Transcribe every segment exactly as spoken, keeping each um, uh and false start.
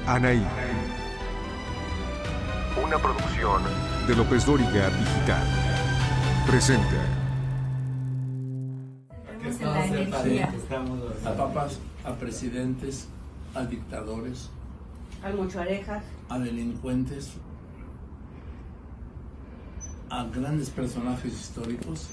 Anaí. Una producción de López Dóriga Digital. Presenta. A papas, a presidentes, a dictadores, al mucho orejas, a delincuentes, a grandes personajes históricos.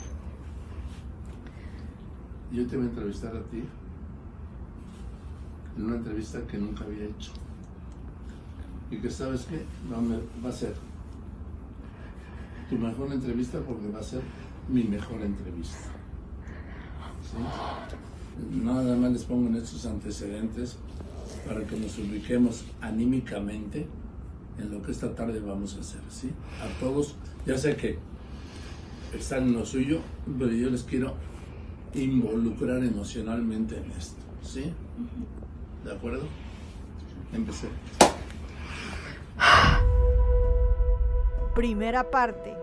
Yo te voy a entrevistar a ti en una entrevista que nunca había hecho y que, ¿sabes qué? No me, va a ser tu mejor entrevista porque va a ser mi mejor entrevista. ¿Sí? Nada más les pongo en estos antecedentes para que nos ubiquemos anímicamente en lo que esta tarde vamos a hacer, ¿sí? A todos, ya sé que están en lo suyo, pero yo les quiero involucrar emocionalmente en esto, ¿sí? ¿De acuerdo? Empecé. Primera parte.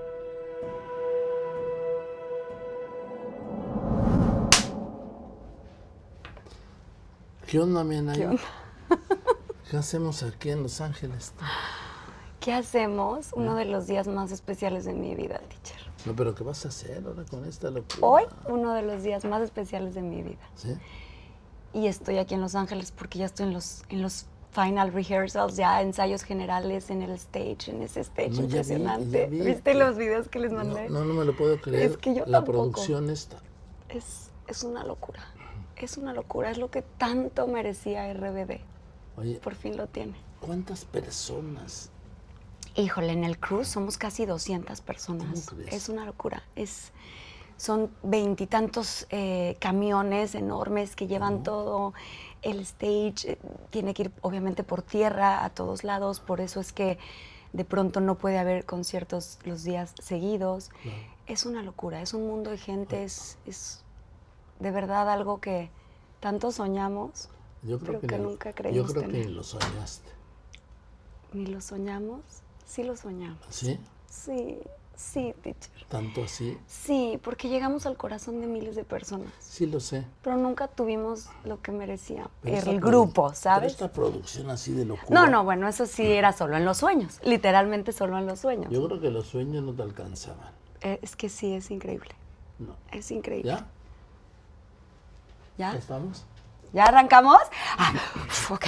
¿Qué onda, Miana? ¿Qué onda? ¿Qué hacemos aquí en Los Ángeles? ¿Qué hacemos? Uno de los días más especiales de mi vida, teacher. No, pero ¿qué vas a hacer ahora con esta locura? Hoy, uno de los días más especiales de mi vida. ¿Sí? Y estoy aquí en Los Ángeles porque ya estoy en los, en los final rehearsals, ya ensayos generales en el stage, en ese stage No, ya vi, impresionante. ya vi ¿Viste que- los videos que les mandé? No, no, no me lo puedo creer. Es que yo La tampoco. producción esta. Es, es una locura. Es una locura. Es lo que tanto merecía R B D. Oye, Por fin lo tiene. ¿cuántas personas? Híjole, en el cruise somos casi doscientas personas. ¿Cómo crees? Es una locura. Es, son veintitantos eh, camiones enormes que llevan Ujú. todo. El stage eh, tiene que ir obviamente por tierra a todos lados. Por eso es que de pronto no puede haber conciertos los días seguidos. Claro. Es una locura. Es un mundo de gente. Es, es de verdad algo que tanto soñamos, Yo creo pero que ni- nunca Yo creímos creo que tener. ni lo soñaste. Ni lo soñamos. Sí lo soñamos. ¿Sí? Sí, sí, teacher. ¿Tanto así? Sí, porque llegamos al corazón de miles de personas, Sí lo sé. pero nunca tuvimos lo que merecía Pero esta el produ- grupo, Pero ¿sabes? esta producción así de locura. No, no, bueno, eso sí era solo en los sueños, literalmente solo en los sueños. Yo creo que los sueños no te alcanzaban. Eh, es que sí, es increíble, No. es increíble. ¿Ya? ¿Ya? ¿Ya estamos? ¿Ya arrancamos? Ah, ok.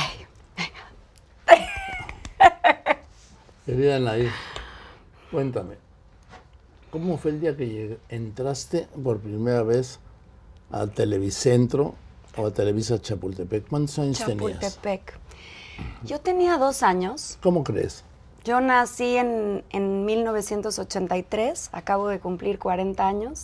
Querida Anaí, cuéntame, ¿cómo fue el día que lleg- entraste por primera vez a Televicentro o a Televisa Chapultepec? ¿Cuántos años tenías? Chapultepec. Yo tenía dos años. ¿Cómo crees? Yo nací en, en mil novecientos ochenta y tres, acabo de cumplir cuarenta años.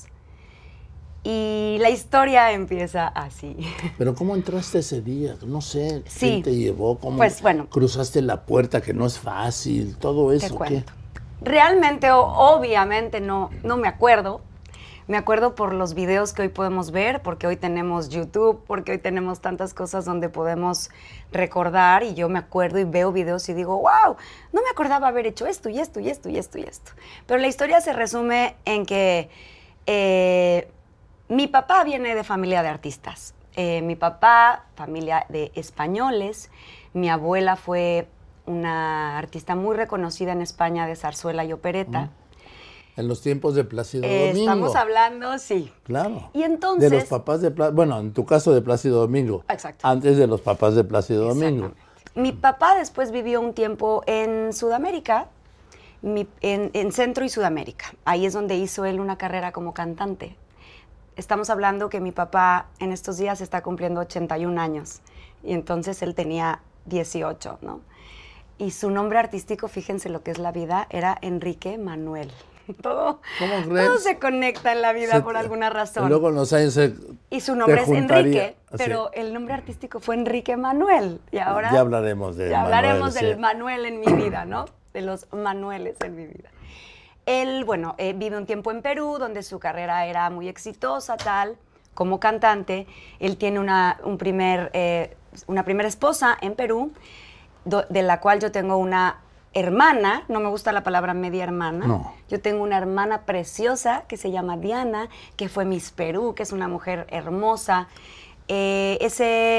Y la historia empieza así. ¿Pero cómo entraste ese día? No sé, Sí. ¿quién te llevó? ¿Cómo Pues, bueno. cruzaste la puerta, que no es fácil? ¿Todo eso Te qué? cuento. Realmente, o- obviamente, no, no me acuerdo. Me acuerdo por los videos que hoy podemos ver, porque hoy tenemos YouTube, porque hoy tenemos tantas cosas donde podemos recordar. Y yo me acuerdo y veo videos y digo, wow, no me acordaba haber hecho esto y esto y esto y esto y esto. Pero la historia se resume en que eh, mi papá viene de familia de artistas. Eh, mi papá, familia de españoles. Mi abuela fue una artista muy reconocida en España de zarzuela y opereta. En los tiempos de Plácido Eh, Domingo. estamos hablando, sí. Claro. Y entonces- De los papás de Plácido, bueno, en tu caso de Plácido Domingo. Exacto. Antes de los papás de Plácido Domingo. Exactamente. Mi papá después vivió un tiempo en Sudamérica, mi- en, en Centro y Sudamérica. Ahí es donde hizo él una carrera como cantante. Estamos hablando que mi papá en estos días está cumpliendo ochenta y un años y entonces él tenía dieciocho, ¿no? Y su nombre artístico, fíjense lo que es la vida, era Enrique Manuel. Todo, ¿Cómo crees? todo se conecta en la vida Se por te- alguna razón. Y luego en los años se- Y su te nombre es juntaría- Enrique, sí. pero el nombre artístico fue Enrique Manuel. Y ahora Ya hablaremos de ya hablaremos Manuel, del sí. Manuel en mi vida, ¿no? De los Manueles en mi vida. Él, bueno, eh, vive un tiempo en Perú, donde su carrera era muy exitosa, tal, como cantante. Él tiene una, un primer, eh, una primera esposa en Perú, do- de la cual yo tengo una hermana, no me gusta la palabra media hermana. No. Yo tengo una hermana preciosa que se llama Diana, que fue Miss Perú, que es una mujer hermosa. Eh, ese,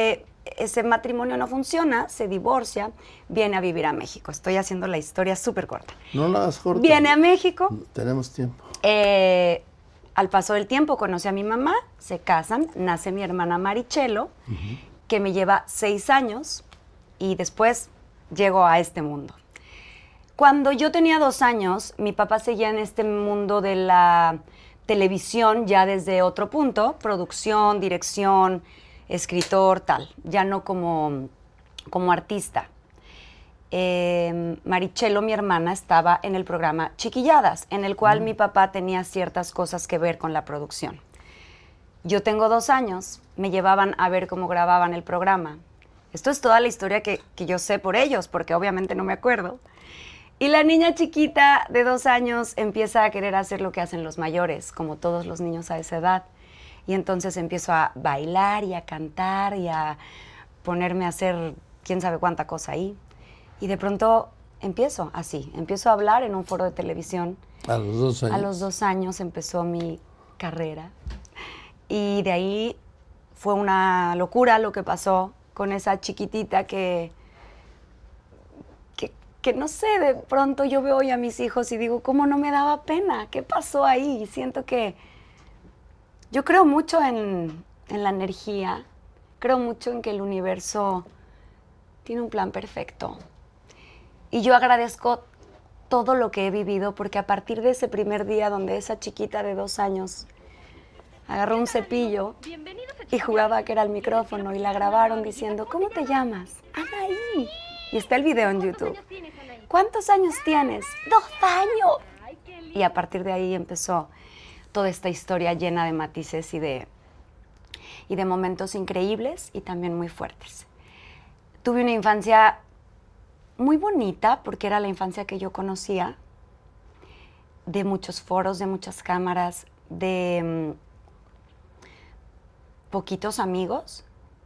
ese matrimonio no funciona, se divorcia, viene a vivir a México. Estoy haciendo la historia súper corta. No la hagas corta. Viene a México. Tenemos tiempo. Eh, al paso del tiempo conoce a mi mamá, se casan, nace mi hermana Marichelo, uh-huh. que me lleva seis años y después llego a este mundo. Cuando yo tenía dos años, mi papá seguía en este mundo de la televisión ya desde otro punto, producción, dirección, escritor, tal, ya no como, como artista. Eh, Marichelo, mi hermana, estaba en el programa Chiquilladas, en el cual mm. mi papá tenía ciertas cosas que ver con la producción. Yo tengo dos años, me llevaban a ver cómo grababan el programa. Esto es toda la historia que, que yo sé por ellos, porque obviamente no me acuerdo. Y la niña chiquita de dos años empieza a querer hacer lo que hacen los mayores, como todos los niños a esa edad. Y entonces empiezo a bailar y a cantar y a ponerme a hacer quién sabe cuánta cosa ahí. Y de pronto empiezo así, empiezo a hablar en un foro de televisión. ¿A los dos años? A los dos años empezó mi carrera. Y de ahí fue una locura lo que pasó con esa chiquitita que, que, que no sé, de pronto yo veo hoy a mis hijos y digo, ¿cómo no me daba pena? ¿Qué pasó ahí? Y siento que yo creo mucho en, en la energía, creo mucho en que el universo tiene un plan perfecto. Y yo agradezco todo lo que he vivido, porque a partir de ese primer día donde esa chiquita de dos años agarró un cepillo y jugaba que era el micrófono y la grabaron diciendo, ¿cómo te llamas? Anaí. Y está el video en YouTube. ¿Cuántos años tienes? ¡Dos años! Y a partir de ahí empezó toda esta historia llena de matices y de, y de momentos increíbles y también muy fuertes. Tuve una infancia muy bonita, porque era la infancia que yo conocía, de muchos foros, de muchas cámaras, de um, poquitos amigos,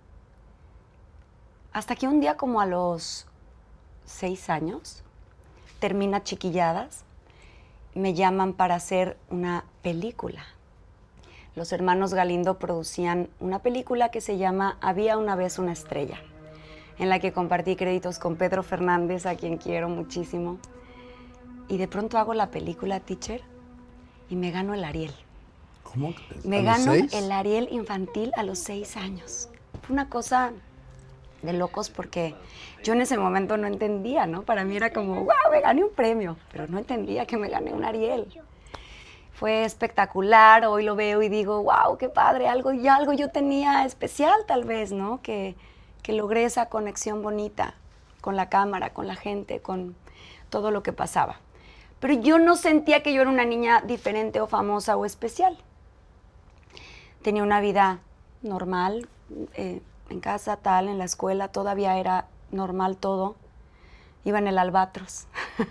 hasta que un día como a los seis años, termina Chiquilladas, me llaman para hacer una película. Los hermanos Galindo producían una película que se llama Había una vez una estrella, en la que compartí créditos con Pedro Fernández, a quien quiero muchísimo. Y de pronto hago la película, Teacher, y me gano el Ariel. ¿Cómo? Me gano el Ariel infantil a los seis años. Fue una cosa de locos, porque yo en ese momento no entendía, ¿no? Para mí era como, wow, me gané un premio, pero no entendía que me gané un Ariel. Fue espectacular, hoy lo veo y digo, wow, qué padre, algo, ya algo yo tenía especial tal vez, ¿no? Que, que logré esa conexión bonita con la cámara, con la gente, con todo lo que pasaba. Pero yo no sentía que yo era una niña diferente o famosa o especial. Tenía una vida normal, eh, en casa, tal, en la escuela, todavía era normal todo. Iba en el Albatros.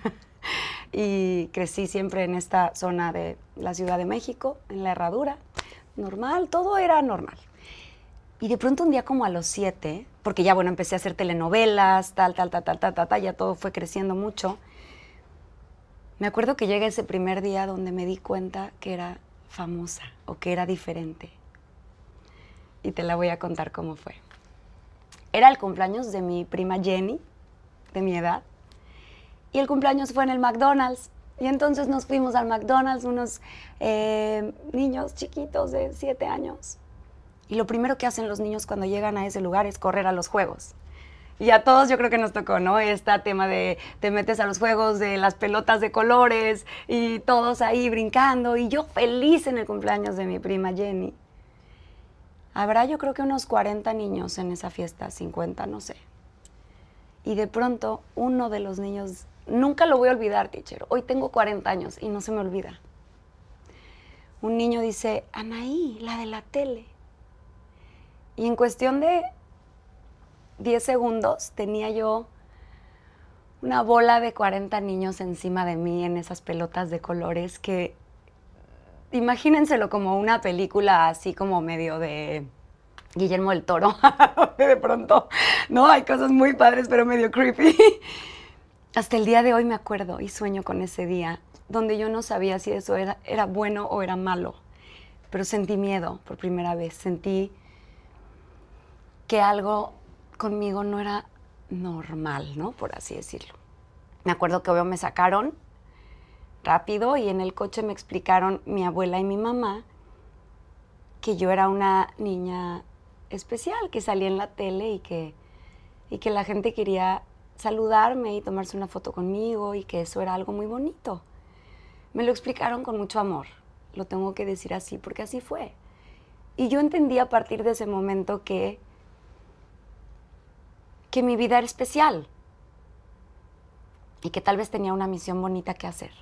Y crecí siempre en esta zona de la Ciudad de México, en la Herradura. Normal, todo era normal. Y de pronto un día como a los siete, porque ya, bueno, empecé a hacer telenovelas, tal, tal, tal, tal, tal, tal, tal, ya todo fue creciendo mucho. Me acuerdo que llega ese primer día donde me di cuenta que era famosa o que era diferente. Y te la voy a contar cómo fue. Era el cumpleaños de mi prima Jenny, de mi edad, y el cumpleaños fue en el McDonald's. Y entonces nos fuimos al McDonald's, unos eh, niños chiquitos de siete años. Y lo primero que hacen los niños cuando llegan a ese lugar es correr a los juegos. Y a todos yo creo que nos tocó, ¿no? Este tema de te metes a los juegos de las pelotas de colores y todos ahí brincando. Y yo feliz en el cumpleaños de mi prima Jenny. Habrá yo creo que unos cuarenta niños en esa fiesta, cincuenta, no sé. Y de pronto uno de los niños, nunca lo voy a olvidar, teacher, hoy tengo cuarenta años y no se me olvida. Un niño dice, Anaí, la de la tele. Y en cuestión de diez segundos tenía yo una bola de cuarenta niños encima de mí en esas pelotas de colores que, imagínenselo como una película así como medio de Guillermo del Toro, de pronto, ¿no? Hay cosas muy padres, pero medio creepy. Hasta el día de hoy me acuerdo y sueño con ese día, donde yo no sabía si eso era, era bueno o era malo, pero sentí miedo por primera vez, sentí que algo conmigo no era normal, ¿no? Por así decirlo. Me acuerdo que obvio me sacaron rápido y en el coche me explicaron mi abuela y mi mamá que yo era una niña especial, que salía en la tele y que, y que la gente quería saludarme y tomarse una foto conmigo y que eso era algo muy bonito. Me lo explicaron con mucho amor, lo tengo que decir así porque así fue. Y yo entendí a partir de ese momento que, que mi vida era especial y que tal vez tenía una misión bonita que hacer.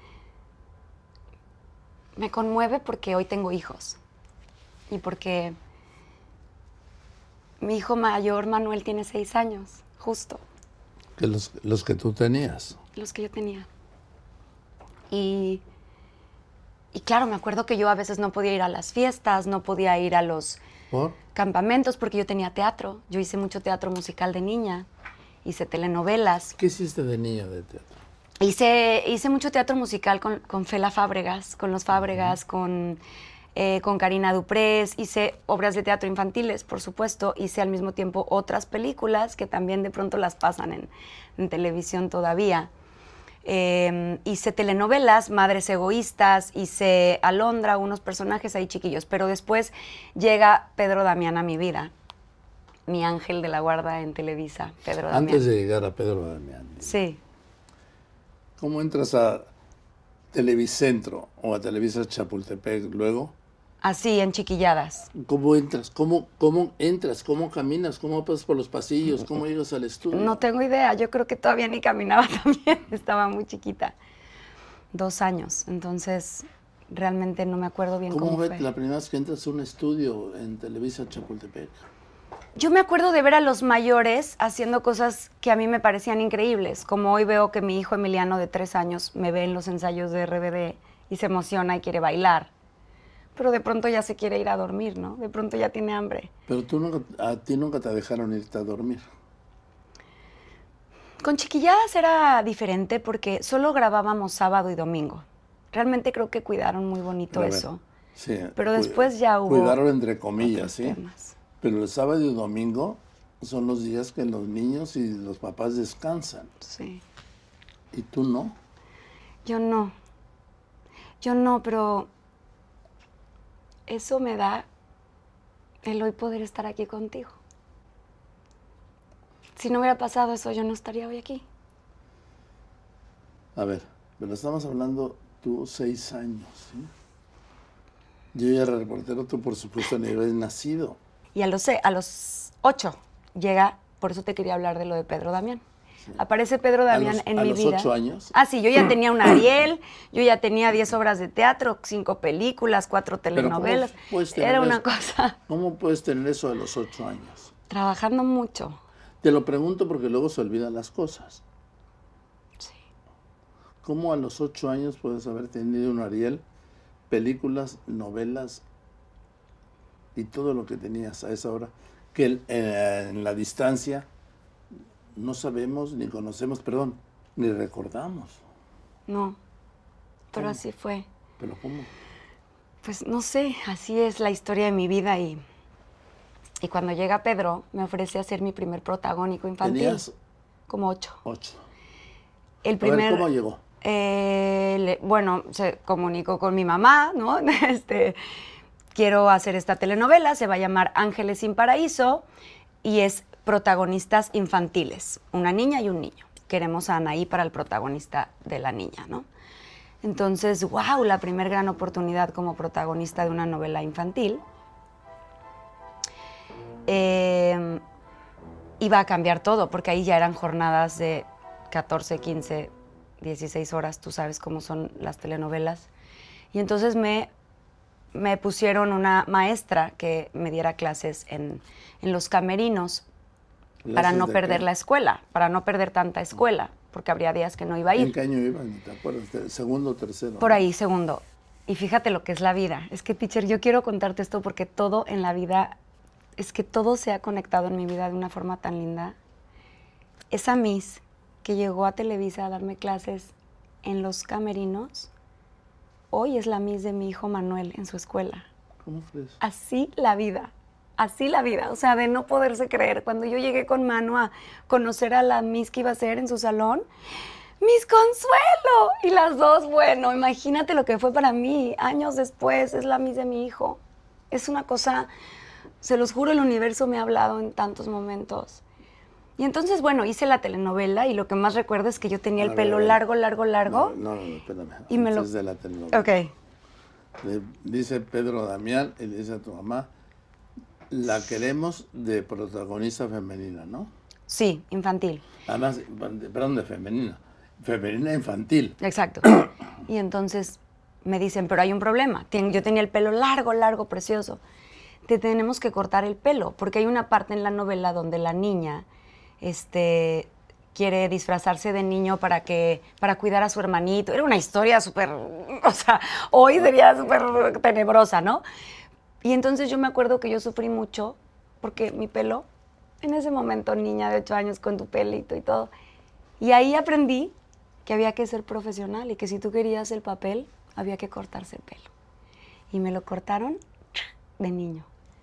Me conmueve porque hoy tengo hijos y porque mi hijo mayor, Manuel, tiene seis años, justo. Que los, los que tú tenías. Los que yo tenía. Y, y claro, me acuerdo que yo a veces no podía ir a las fiestas, no podía ir a los ¿Por? campamentos porque yo tenía teatro. Yo hice mucho teatro musical de niña, hice telenovelas. ¿Qué hiciste de niña de teatro? Hice, hice mucho teatro musical con, con Fela Fábregas, con los Fábregas, uh-huh. con, eh, con Karina Duprés. Hice obras de teatro infantiles, por supuesto. Hice al mismo tiempo otras películas que también de pronto las pasan en, en televisión todavía. Eh, hice telenovelas, Madres Egoístas, hice Alondra, unos personajes ahí chiquillos. Pero después llega Pedro Damián a mi vida, mi ángel de la guarda en Televisa, Pedro Damián. Antes de llegar a Pedro Damián. Sí. ¿Cómo entras a Televicentro o a Televisa Chapultepec luego? Así, en chiquilladas. ¿Cómo entras? ¿Cómo, cómo entras? ¿Cómo caminas? ¿Cómo pasas por los pasillos? ¿Cómo llegas al estudio? No tengo idea. Yo creo que todavía ni caminaba también. Estaba muy chiquita. Dos años. Entonces, realmente no me acuerdo bien cómo, ¿Cómo fue. fue la primera vez que entras a un estudio en Televisa Chapultepec? Yo me acuerdo de ver a los mayores haciendo cosas que a mí me parecían increíbles, como hoy veo que mi hijo Emiliano de tres años me ve en los ensayos de R B D y se emociona y quiere bailar, pero de pronto ya se quiere ir a dormir, ¿no? De pronto ya tiene hambre. Pero tú nunca, a ti nunca te dejaron irte a dormir. Con Chiquilladas era diferente porque solo grabábamos sábado y domingo. Realmente creo que cuidaron muy bonito Pero eso. Sí, pero después ya hubo... Cuidaron entre comillas, ¿sí? Temas. Pero el sábado y domingo son los días que los niños y los papás descansan. Sí. ¿Y tú no? Yo no. Yo no, pero eso me da el hoy poder estar aquí contigo. Si no hubiera pasado eso, yo no estaría hoy aquí. A ver, pero estamos hablando tú seis años, ¿sí? Yo ya era reportero, tú por supuesto ni habías nacido. Y a los, a los ocho llega, por eso te quería hablar de lo de Pedro Damián. Sí. Aparece Pedro Damián los, en a mi los vida. ocho años? Ah, sí, yo ya tenía un Ariel, yo ya tenía diez obras de teatro, cinco películas, cuatro telenovelas. Era una eso? cosa. ¿Cómo puedes tener eso a los ocho años? Trabajando mucho. Te lo pregunto porque luego se olvidan las cosas. Sí. ¿Cómo a los ocho años puedes haber tenido un Ariel, películas, novelas y todo lo que tenías a esa hora, que eh, en la distancia no sabemos, ni conocemos, perdón, ni recordamos? No, pero ¿Cómo? así fue. ¿Pero cómo? Pues no sé, así es la historia de mi vida y, y cuando llega Pedro me ofrece hacer mi primer protagónico infantil. ¿Tenías? Como ocho. Ocho. El primer, a ver, ¿cómo llegó? Eh, le, bueno, se comunicó con mi mamá, ¿no? Este... Quiero hacer esta telenovela, se va a llamar Ángeles sin Paraíso y es protagonistas infantiles, una niña y un niño. Queremos a Anaí para el protagonista de la niña, ¿no? Entonces, wow, la primer gran oportunidad como protagonista de una novela infantil. Eh, iba a cambiar todo, porque ahí ya eran jornadas de catorce, quince, dieciséis horas, tú sabes cómo son las telenovelas. Y entonces me... me pusieron una maestra que me diera clases en, en los camerinos para no perder qué? la escuela, para no perder tanta escuela, porque habría días que no iba a ir. ¿En qué año ibas? ¿Te acuerdas? ¿Segundo o tercero? Por ahí, segundo. Y fíjate lo que es la vida. Es que, teacher, yo quiero contarte esto porque todo en la vida, es que todo se ha conectado en mi vida de una forma tan linda. Esa Miss que llegó a Televisa a darme clases en los camerinos, hoy es la Miss de mi hijo Manuel en su escuela. ¿Cómo fue eso? Así la vida, así la vida, o sea, de no poderse creer. Cuando yo llegué con Manu a conocer a la Miss que iba a ser en su salón, ¡Miss Consuelo! Y las dos, bueno, imagínate lo que fue para mí. Años después, es la Miss de mi hijo. Es una cosa, se los juro, el universo me ha hablado en tantos momentos. Y entonces, bueno, hice la telenovela y lo que más recuerdo es que yo tenía el A pelo ver, largo, largo, largo. No, no, no, espérame. Y me lo... Antes de la telenovela. Ok. Le dice Pedro Damián y le dice a tu mamá, la queremos de protagonista femenina, ¿no? Sí, infantil. Además, perdón, de femenina. Femenina infantil. Exacto. Y entonces me dicen, pero hay un problema. Tien- Yo tenía el pelo largo, largo, precioso. Te tenemos que cortar el pelo, porque hay una parte en la novela donde la niña este, quiere disfrazarse de niño para, que, para cuidar a su hermanito. Era una historia súper, o sea, hoy sería súper tenebrosa, ¿no? Y entonces yo me acuerdo que yo sufrí mucho porque mi pelo, en ese momento, niña de ocho años con tu pelito y todo, y ahí aprendí que había que ser profesional y que si tú querías el papel, había que cortarse el pelo. Y me lo cortaron de niño.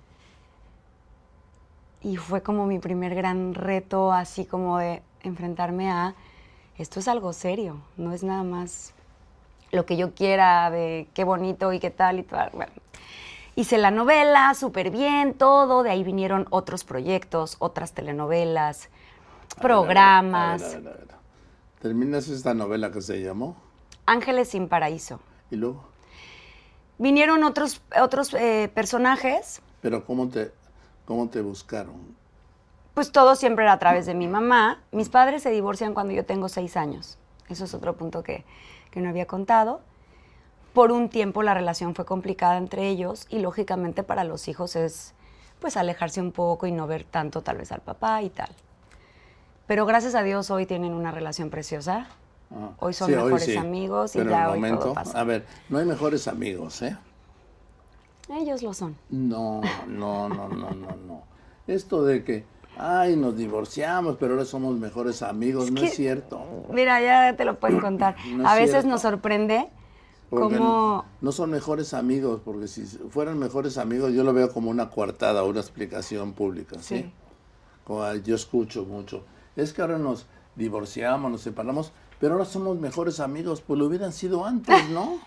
Y fue como mi primer gran reto, así como de enfrentarme a, esto es algo serio, no es nada más lo que yo quiera de qué bonito y qué tal y tal. Bueno, hice la novela, súper bien, todo, de ahí vinieron otros proyectos, otras telenovelas, A programas. ver, a ver, a ver, a ver, a ver. ¿Terminas esta novela que se llamó? Ángeles sin Paraíso. ¿Y luego? Vinieron otros, otros eh, personajes, ¿Pero cómo te, cómo te buscaron? pues todo siempre era a través de mi mamá. Mis padres se divorcian cuando yo tengo seis años. Eso es otro punto que, que no había contado. Por un tiempo la relación fue complicada entre ellos y lógicamente para los hijos es pues alejarse un poco y no ver tanto tal vez al papá y tal. Pero gracias a Dios hoy tienen una relación preciosa. Ah, Hoy son sí, mejores sí. amigos y Pero ya en hoy momento, todo pasa. a ver, no hay mejores amigos, ¿eh? Ellos lo son. No, no, no, no, no, no. Esto de que, ay, nos divorciamos, pero ahora somos mejores amigos, no que- es cierto. Mira, ya te lo pueden contar. No es A veces cierto. nos sorprende Porque cómo... no, no son mejores amigos, porque si fueran mejores amigos, yo lo veo como una coartada, una explicación pública, ¿sí? Sí. Como, ay, yo escucho mucho. Es que ahora nos divorciamos, nos separamos, pero ahora somos mejores amigos, pues lo hubieran sido antes, ¿no?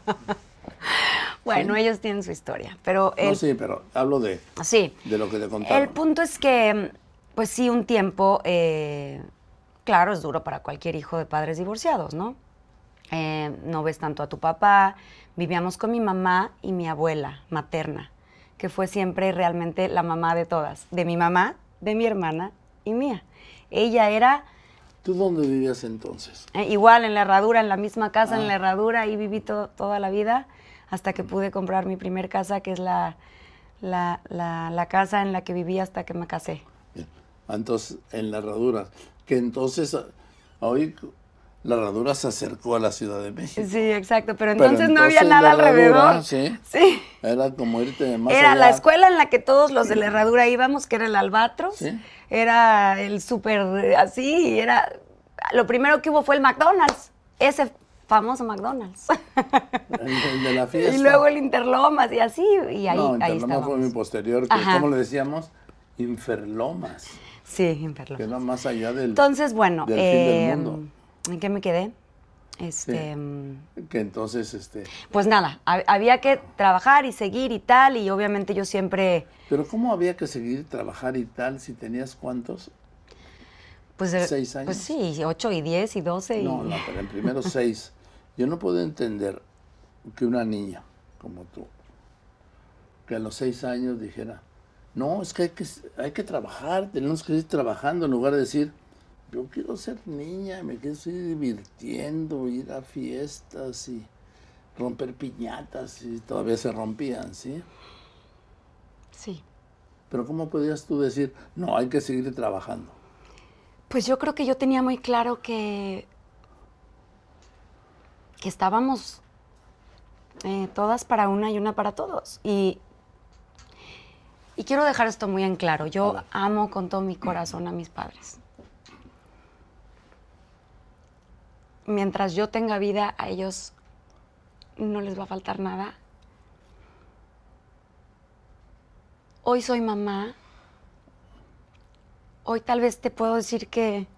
Bueno, ¿Sí? ellos tienen su historia, pero el, No, sí, pero hablo de, sí. de lo que te contaron. El punto es que, pues sí, un tiempo, eh, claro, es duro para cualquier hijo de padres divorciados, ¿no? Eh, no ves tanto a tu papá. Vivíamos con mi mamá y mi abuela materna, que fue siempre realmente la mamá de todas, de mi mamá, de mi hermana y mía. Ella era ¿Tú dónde vivías entonces? eh, igual en la Herradura, en la misma casa, Ah. en la Herradura, ahí viví to- toda la vida, hasta que pude comprar mi primer casa, que es la, la, la, la casa en la que viví hasta que me casé. Bien. Entonces, en la Herradura, que entonces, a- hoy la Herradura se acercó a la Ciudad de México. Sí, exacto, pero Pero entonces, no había entonces nada la Herradura, alrededor. sí. Sí. Era como irte más Era allá. la escuela en la que todos los de la Herradura íbamos, que era el Albatros. Sí. Era el súper eh, así, era... Lo primero que hubo fue el McDonald's, ese famoso McDonald's. El, el de la fiesta. Y luego el Interlomas y así, y ahí, no, ahí Interlomas estábamos. fue muy posterior, que, Ajá. ¿cómo le decíamos? Inferlomas, Sí, que Interlomas. era más allá del, Entonces, bueno, del fin del eh, mundo. ¿en qué me quedé? Este, Sí. mm, Que entonces, este... pues nada, hab- había que trabajar y seguir y tal, y obviamente yo siempre, Pero ¿cómo había que seguir trabajar y tal si tenías cuántos? pues, eh, ¿Seis años? pues sí, ocho y diez y doce y... No, no, pero en primero seis. Yo no puedo entender que una niña como tú, que a los seis años dijera, no, es que hay que, hay que trabajar, tenemos que ir trabajando, en lugar de decir, yo quiero ser niña, me quiero seguir divirtiendo, ir a fiestas y romper piñatas, y todavía se rompían, ¿sí? Sí. Pero ¿cómo podías tú decir, no, hay que seguir trabajando? Pues yo creo que yo tenía muy claro que, que estábamos eh, todas para una y una para todos. Y, y quiero dejar esto muy en claro. A Yo ver. amo con todo mi corazón a mis padres. Mientras yo tenga vida, a ellos no les va a faltar nada. hoy soy mamá. Hoy tal vez te puedo decir que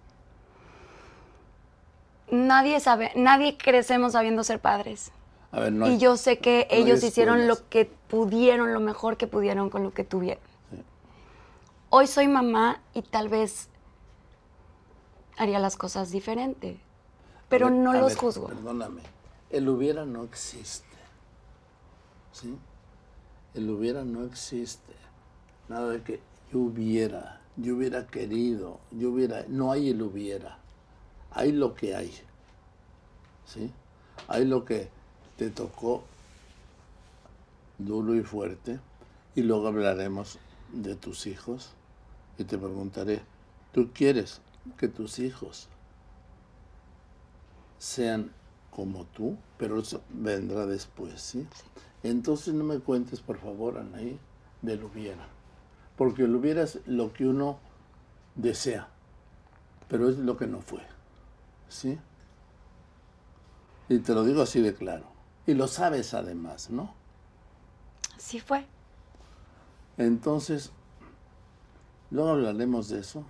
nadie sabe, nadie crecemos sabiendo ser padres. A ver, no hay, y yo sé que no hay ellos hicieron escuelas. lo que pudieron, lo mejor que pudieron con lo que tuvieron. Sí. Hoy soy mamá y tal vez haría las cosas diferente, pero A ver, no a los ver, juzgo. Perdóname, el hubiera no existe. ¿Sí? El hubiera no existe. Nada de que yo hubiera, yo hubiera querido, yo hubiera... No hay el hubiera. Hay lo que hay. ¿Sí? Hay lo que te tocó duro y fuerte. Y luego hablaremos de tus hijos. Y te preguntaré, ¿tú quieres que tus hijos sean como tú? Pero eso vendrá después, ¿sí? Entonces no me cuentes, por favor, Anaí, del hubiera. Porque el hubiera es lo que uno desea, pero es lo que no fue, ¿sí? Y te lo digo así de claro. Y lo sabes además, ¿no? Así fue. Entonces, luego hablaremos de eso.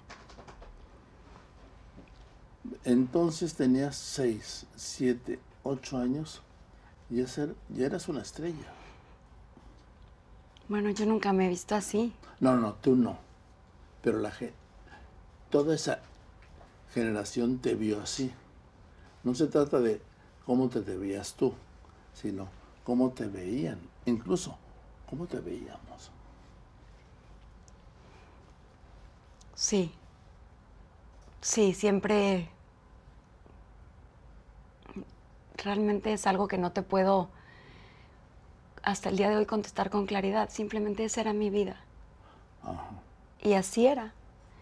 Entonces tenías seis, siete, ocho años y ya, ser, ya eras una estrella. Bueno, yo nunca me he visto así. No, no, tú no. Pero la ge- toda esa generación te vio así. No se trata de cómo te, te veías tú, sino cómo te veían. Incluso, cómo te veíamos. Sí. Sí, siempre... Realmente es algo que no te puedo hasta el día de hoy contestar con claridad. Simplemente esa era mi vida. Ajá. Y así era.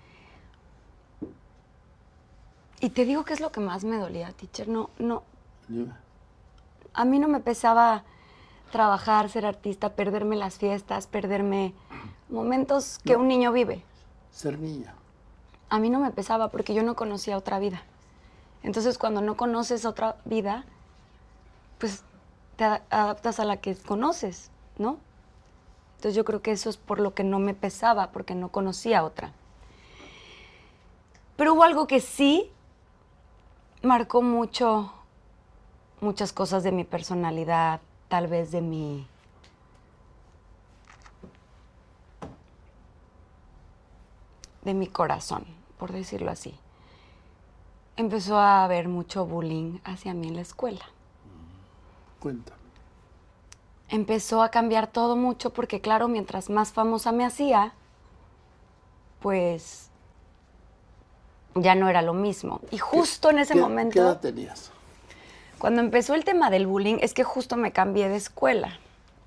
Y te digo que es lo que más me dolía, teacher. No, no. Yo- A mí no me pesaba trabajar, ser artista, perderme las fiestas, perderme momentos que No. un niño vive. Ser niña. A mí no me pesaba porque yo no conocía otra vida. Entonces, cuando no conoces otra vida, pues te a- adaptas a la que conoces, ¿no? Entonces, yo creo que eso es por lo que no me pesaba, porque no conocía otra. Pero hubo algo que sí marcó mucho, muchas cosas de mi personalidad, tal vez de mi... de mi corazón, por decirlo así. Empezó a haber mucho bullying hacia mí en la escuela. Cuéntame. Empezó a cambiar todo mucho porque, claro, mientras más famosa me hacía, pues ya no era lo mismo. Y justo en ese ¿Qué- momento, ¿Qué edad tenías? cuando empezó el tema del bullying, es que justo me cambié de escuela.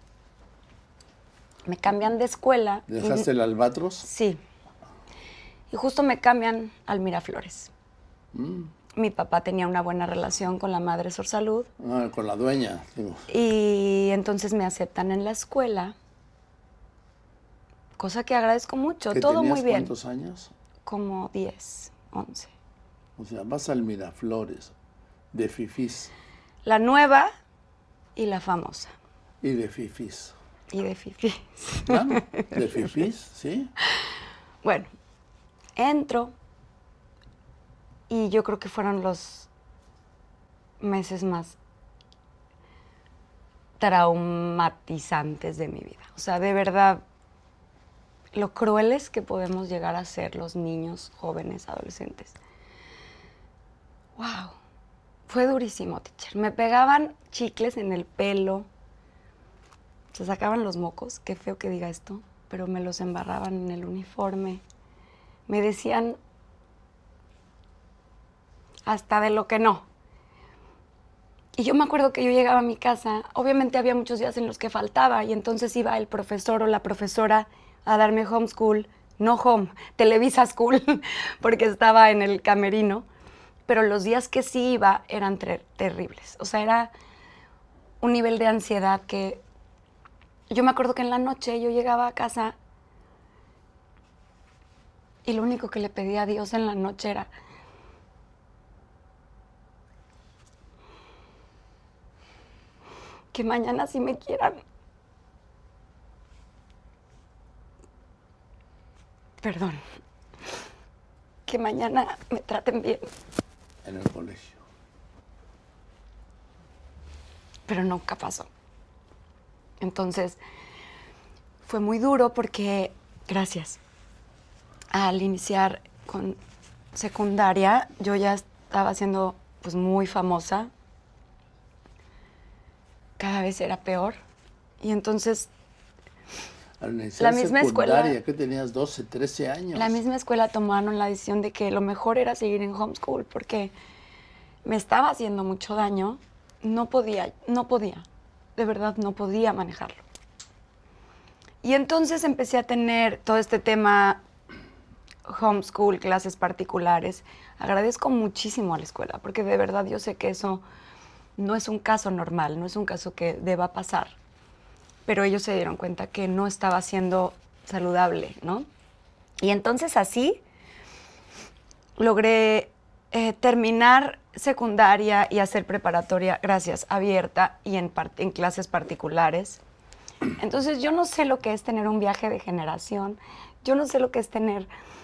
Me cambian de escuela. y- ¿Dejaste el albatros? Sí. Y justo me cambian al Miraflores. Mm. Mi papá tenía una buena relación con la madre Sor Salud. Ah, con la dueña. Digo. Y entonces me aceptan en la escuela, cosa que agradezco mucho, ¿Que todo tenías muy bien. ¿Cuántos años? Como diez, once. O sea, vas al Miraflores, de fifís La nueva y la famosa. y de fifís. Y de fifís. Claro, de fifís, ¿sí? Bueno, entro y yo creo que fueron los meses más traumatizantes de mi vida. O sea, de verdad, lo crueles que podemos llegar a ser los niños, jóvenes, adolescentes. ¡Wow! Fue durísimo, teacher. Me pegaban chicles en el pelo, se sacaban los mocos, qué feo que diga esto, pero me los embarraban en el uniforme. Me decían hasta de lo que no. Y yo me acuerdo que yo llegaba a mi casa, obviamente había muchos días en los que faltaba, y entonces iba el profesor o la profesora a darme homeschool, no home, Televisa School, porque estaba en el camerino, pero los días que sí iba eran ter- terribles. O sea, era un nivel de ansiedad que... Yo me acuerdo que en la noche yo llegaba a casa y lo único que le pedía a Dios en la noche era que mañana sí me quieran. perdón, que mañana me traten bien. En el colegio. Pero nunca pasó. Entonces, fue muy duro porque, gracias, al iniciar con secundaria, yo ya estaba siendo pues muy famosa. Cada vez era peor. Y entonces, Al iniciar la misma secundaria, escuela, que tenías doce, trece años. la misma escuela tomaron la decisión de que lo mejor era seguir en homeschool porque me estaba haciendo mucho daño. No podía, no podía, de verdad no podía manejarlo. Y entonces empecé a tener todo este tema homeschool, clases particulares. Agradezco muchísimo a la escuela porque de verdad yo sé que eso no es un caso normal, no es un caso que deba pasar. Pero ellos se dieron cuenta que no estaba siendo saludable, ¿no? Y entonces así logré eh, terminar secundaria y hacer preparatoria, gracias, abierta y en, en clases particulares. Entonces yo no sé lo que es tener un viaje de generación, yo no sé lo que es tener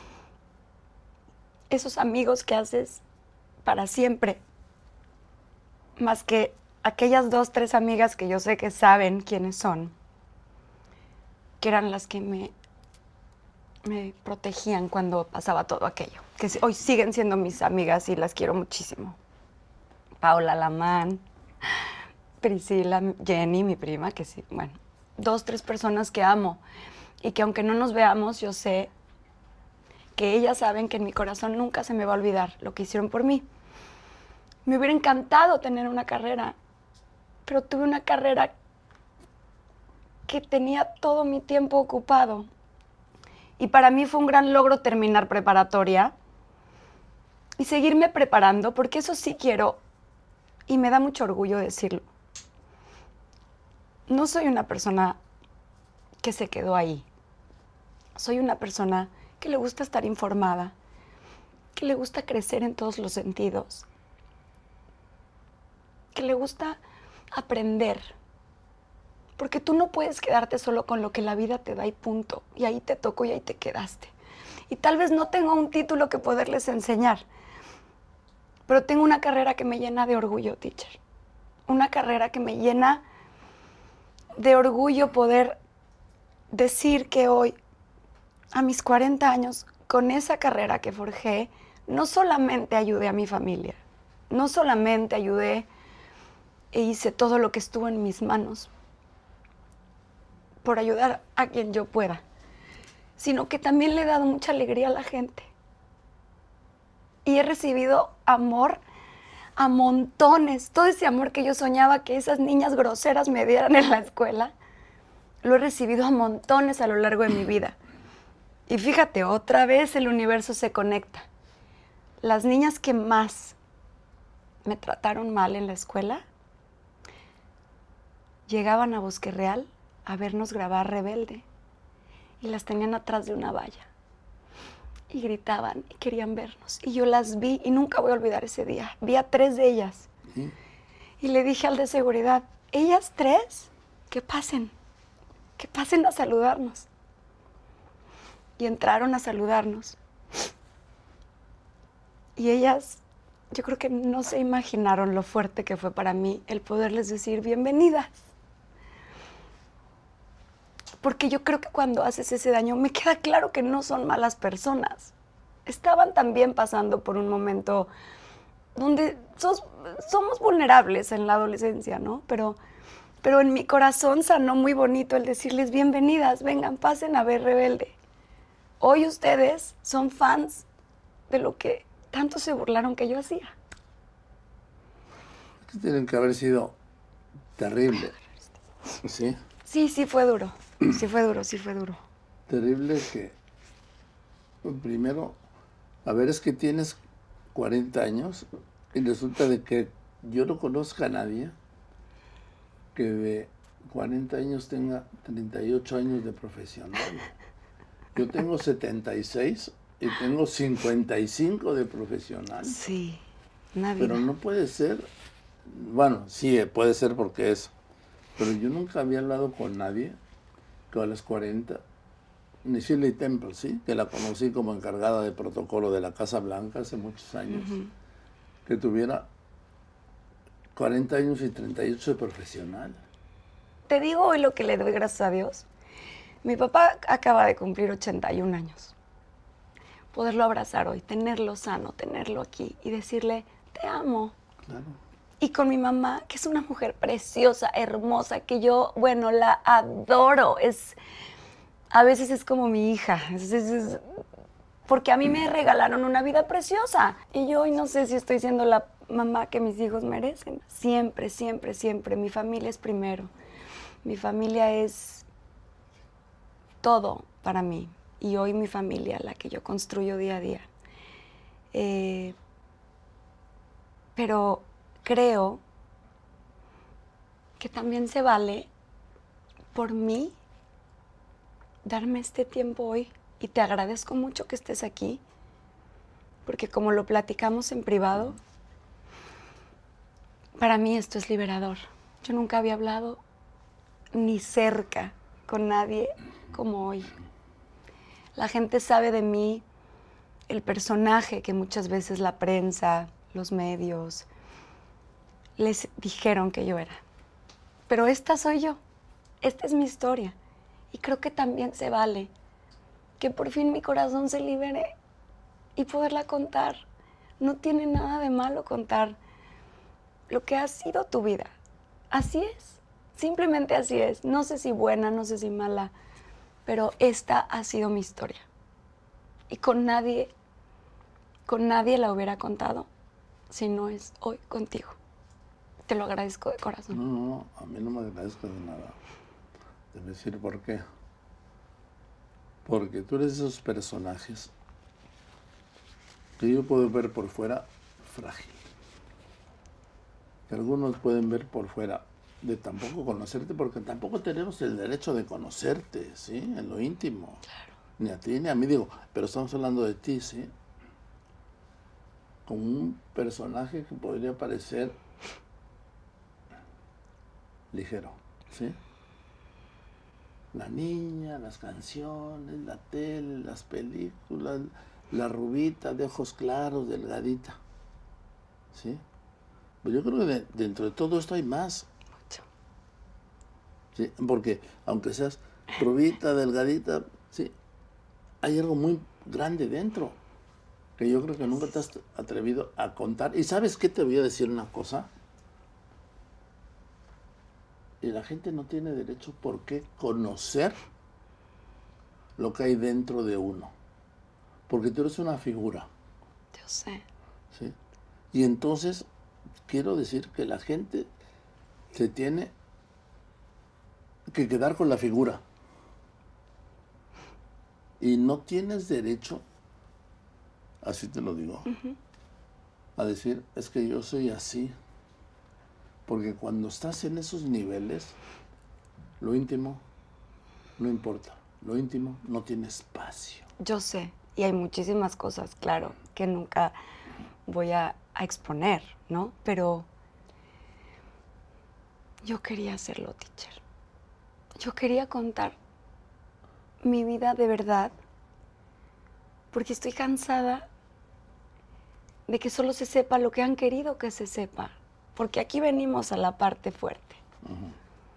esos amigos que haces para siempre, más que aquellas dos, tres amigas que yo sé que saben quiénes son, que eran las que me, me protegían cuando pasaba todo aquello, que hoy siguen siendo mis amigas y las quiero muchísimo. Paula Lamán, Priscila, Jenny, mi prima, que sí, bueno, dos, tres personas que amo y que aunque no nos veamos, yo sé que ellas saben que en mi corazón nunca se me va a olvidar lo que hicieron por mí. Me hubiera encantado tener una carrera, pero tuve una carrera que tenía todo mi tiempo ocupado. Y para mí fue un gran logro terminar preparatoria y seguirme preparando, porque eso sí quiero, y me da mucho orgullo decirlo. No soy una persona que se quedó ahí. Soy una persona que le gusta estar informada, que le gusta crecer en todos los sentidos, que le gusta aprender. Porque tú no puedes quedarte solo con lo que la vida te da y punto. Y ahí te tocó y ahí te quedaste. Y tal vez no tengo un título que poderles enseñar, pero tengo una carrera que me llena de orgullo, teacher. Una carrera que me llena de orgullo poder decir que hoy, a mis cuarenta años, con esa carrera que forjé, no solamente ayudé a mi familia, no solamente ayudé e hice todo lo que estuvo en mis manos por ayudar a quien yo pueda, sino que también le he dado mucha alegría a la gente. Y he recibido amor a montones. Todo ese amor que yo soñaba que esas niñas groseras me dieran en la escuela, lo he recibido a montones a lo largo de mi vida. Y fíjate, otra vez el universo se conecta. Las niñas que más me trataron mal en la escuela llegaban a Bosque Real a vernos grabar Rebelde y las tenían atrás de una valla y gritaban y querían vernos y yo las vi y nunca voy a olvidar ese día. Vi a tres de ellas. ¿Sí? Y le dije al de seguridad, ellas tres, que pasen, que pasen a saludarnos. Y entraron a saludarnos y ellas, yo creo que no se imaginaron lo fuerte que fue para mí el poderles decir bienvenidas. Porque yo creo que cuando haces ese daño, me queda claro que no son malas personas. Estaban también pasando por un momento donde sos, somos vulnerables en la adolescencia, ¿no? Pero, pero en mi corazón sanó muy bonito el decirles bienvenidas, vengan, pasen a ver Rebelde. Hoy ustedes son fans de lo que tanto se burlaron que yo hacía. Tienen que haber sido terrible. ¿Sí? Sí, sí fue duro. Sí fue duro, sí fue duro. Terrible que, primero, a ver, es que tienes cuarenta años y resulta de que yo no conozco a nadie que de cuarenta años tenga treinta y ocho años de profesional. Yo tengo setenta y seis y tengo cincuenta y cinco de profesional. Sí, nadie. Pero no puede ser, bueno, sí, puede ser porque es, pero yo nunca había hablado con nadie que a los cuarenta ni Shirley Temple, ¿sí? Que la conocí como encargada de protocolo de la Casa Blanca hace muchos años, uh-huh. que tuviera cuarenta años y treinta y ocho de profesional. Te digo hoy lo que le doy gracias a Dios. Mi papá acaba de cumplir ochenta y un años. Poderlo abrazar hoy, tenerlo sano, tenerlo aquí y decirle, te amo. Claro. Y con mi mamá, que es una mujer preciosa, hermosa, que yo, bueno, la adoro. Es, a veces es como mi hija. Es, es, es, porque a mí me regalaron una vida preciosa. Y yo hoy no sé si estoy siendo la mamá que mis hijos merecen. Siempre, siempre, siempre. Mi familia es primero. Mi familia es todo para mí. Y hoy mi familia, la que yo construyo día a día. Eh, pero creo que también se vale por mí darme este tiempo hoy. Y te agradezco mucho que estés aquí. Porque como lo platicamos en privado, para mí esto es liberador. Yo nunca había hablado ni cerca con nadie como hoy. La gente sabe de mí el personaje que muchas veces la prensa, los medios, les dijeron que yo era. Pero esta soy yo. Esta es mi historia. Y creo que también se vale que por fin mi corazón se libere y poderla contar. No tiene nada de malo contar lo que ha sido tu vida. Así es. Simplemente así es. No sé si buena, no sé si mala, pero esta ha sido mi historia. Y con nadie, con nadie la hubiera contado si no es hoy contigo. Te lo agradezco de corazón. No, no, a mí no me agradezco de nada. Te voy a decir por qué. Porque tú eres de esos personajes que yo puedo ver por fuera frágil. Que algunos pueden ver por fuera de tampoco conocerte, porque tampoco tenemos el derecho de conocerte, ¿sí? En lo íntimo. Claro. Ni a ti ni a mí, digo, pero estamos hablando de ti, ¿sí? Como un personaje que podría parecer ligero, ¿sí? La niña, las canciones, la tele, las películas, la rubita de ojos claros, delgadita, ¿sí? Pero yo creo que de, dentro de todo esto hay más. ¿Sí? Porque aunque seas rubita, delgadita, ¿sí? Hay algo muy grande dentro que yo creo que nunca te has atrevido a contar. ¿Y sabes qué? Te voy a decir una cosa. Y la gente no tiene derecho por qué conocer lo que hay dentro de uno. Porque tú eres una figura. Yo sé. ¿Sí? Y entonces quiero decir que la gente se tiene que quedar con la figura. Y no tienes derecho, así te lo digo, uh-huh. a decir, es que yo soy así. Porque cuando estás en esos niveles, lo íntimo no importa. Lo íntimo no tiene espacio. Yo sé. Y hay muchísimas cosas, claro, que nunca voy a, a exponer, ¿no? Pero yo quería hacerlo, teacher. Yo quería contar mi vida de verdad, porque estoy cansada de que solo se sepa lo que han querido que se sepa, porque aquí venimos a la parte fuerte. Uh-huh.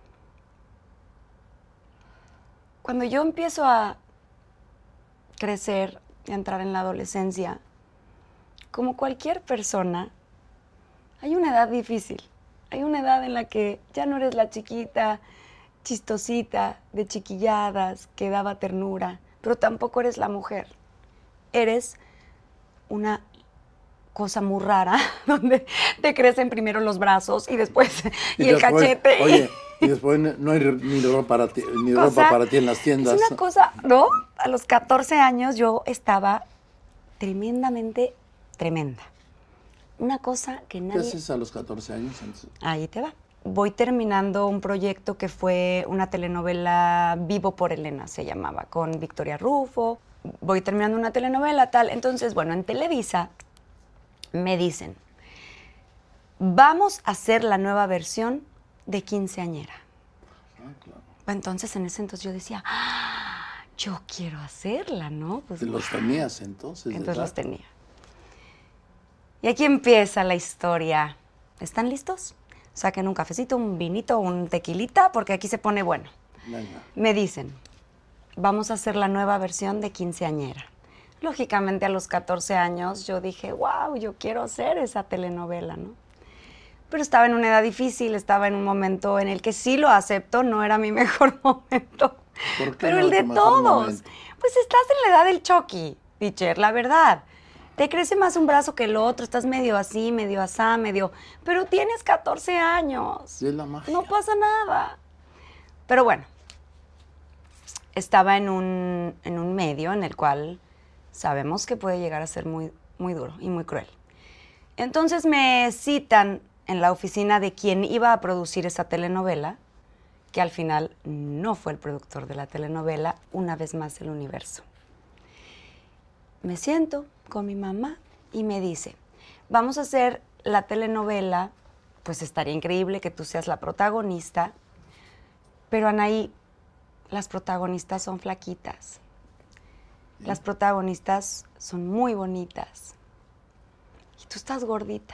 Cuando yo empiezo a crecer, a entrar en la adolescencia, como cualquier persona, hay una edad difícil. Hay una edad en la que ya no eres la chiquita, chistosita, de chiquilladas, que daba ternura, pero tampoco eres la mujer. Eres una cosa muy rara, donde te crecen primero los brazos y después y, y el después, cachete. Oye, y después no hay ni ropa para ti, ni ropa sea, para ti en las tiendas. Es una cosa, ¿no? A los catorce años yo estaba tremendamente tremenda. Una cosa que nadie... ¿Qué haces a los catorce años? Ahí te va. Voy terminando un proyecto que fue una telenovela Vivo por Elena, se llamaba, con Victoria Rufo. Voy terminando una telenovela, tal. Entonces, bueno, en Televisa me dicen, vamos a hacer la nueva versión de Quinceañera. Ah, claro. Entonces, en ese entonces yo decía, ¡ah! yo quiero hacerla, ¿no? Pues, ¿Te los tenías entonces? entonces ¿verdad? los tenía. Y aquí empieza la historia. ¿Están listos? Saquen un cafecito, un vinito, un tequilita, porque aquí se pone bueno. Venga. Me dicen, vamos a hacer la nueva versión de Quinceañera. Lógicamente a los catorce años yo dije, wow, yo quiero hacer esa telenovela, ¿no? Pero estaba en una edad difícil, estaba en un momento en el que sí lo acepto, no era mi mejor momento. ¿Por qué Pero no el tu de mejor todos. momento? Pues estás en la edad del Chucky, teacher, la verdad. Te crece más un brazo que el otro, estás medio así, medio asá, medio... Pero tienes catorce años. Sí, es la magia. No pasa nada. Pero bueno, estaba en un, en un medio en el cual sabemos que puede llegar a ser muy, muy duro y muy cruel. Entonces me citan en la oficina de quien iba a producir esa telenovela, que al final no fue el productor de la telenovela, una vez más el universo. Me siento con mi mamá y me dice, vamos a hacer la telenovela, pues estaría increíble que tú seas la protagonista, pero Anaí, las protagonistas son flaquitas. Las protagonistas son muy bonitas. Y tú estás gordita.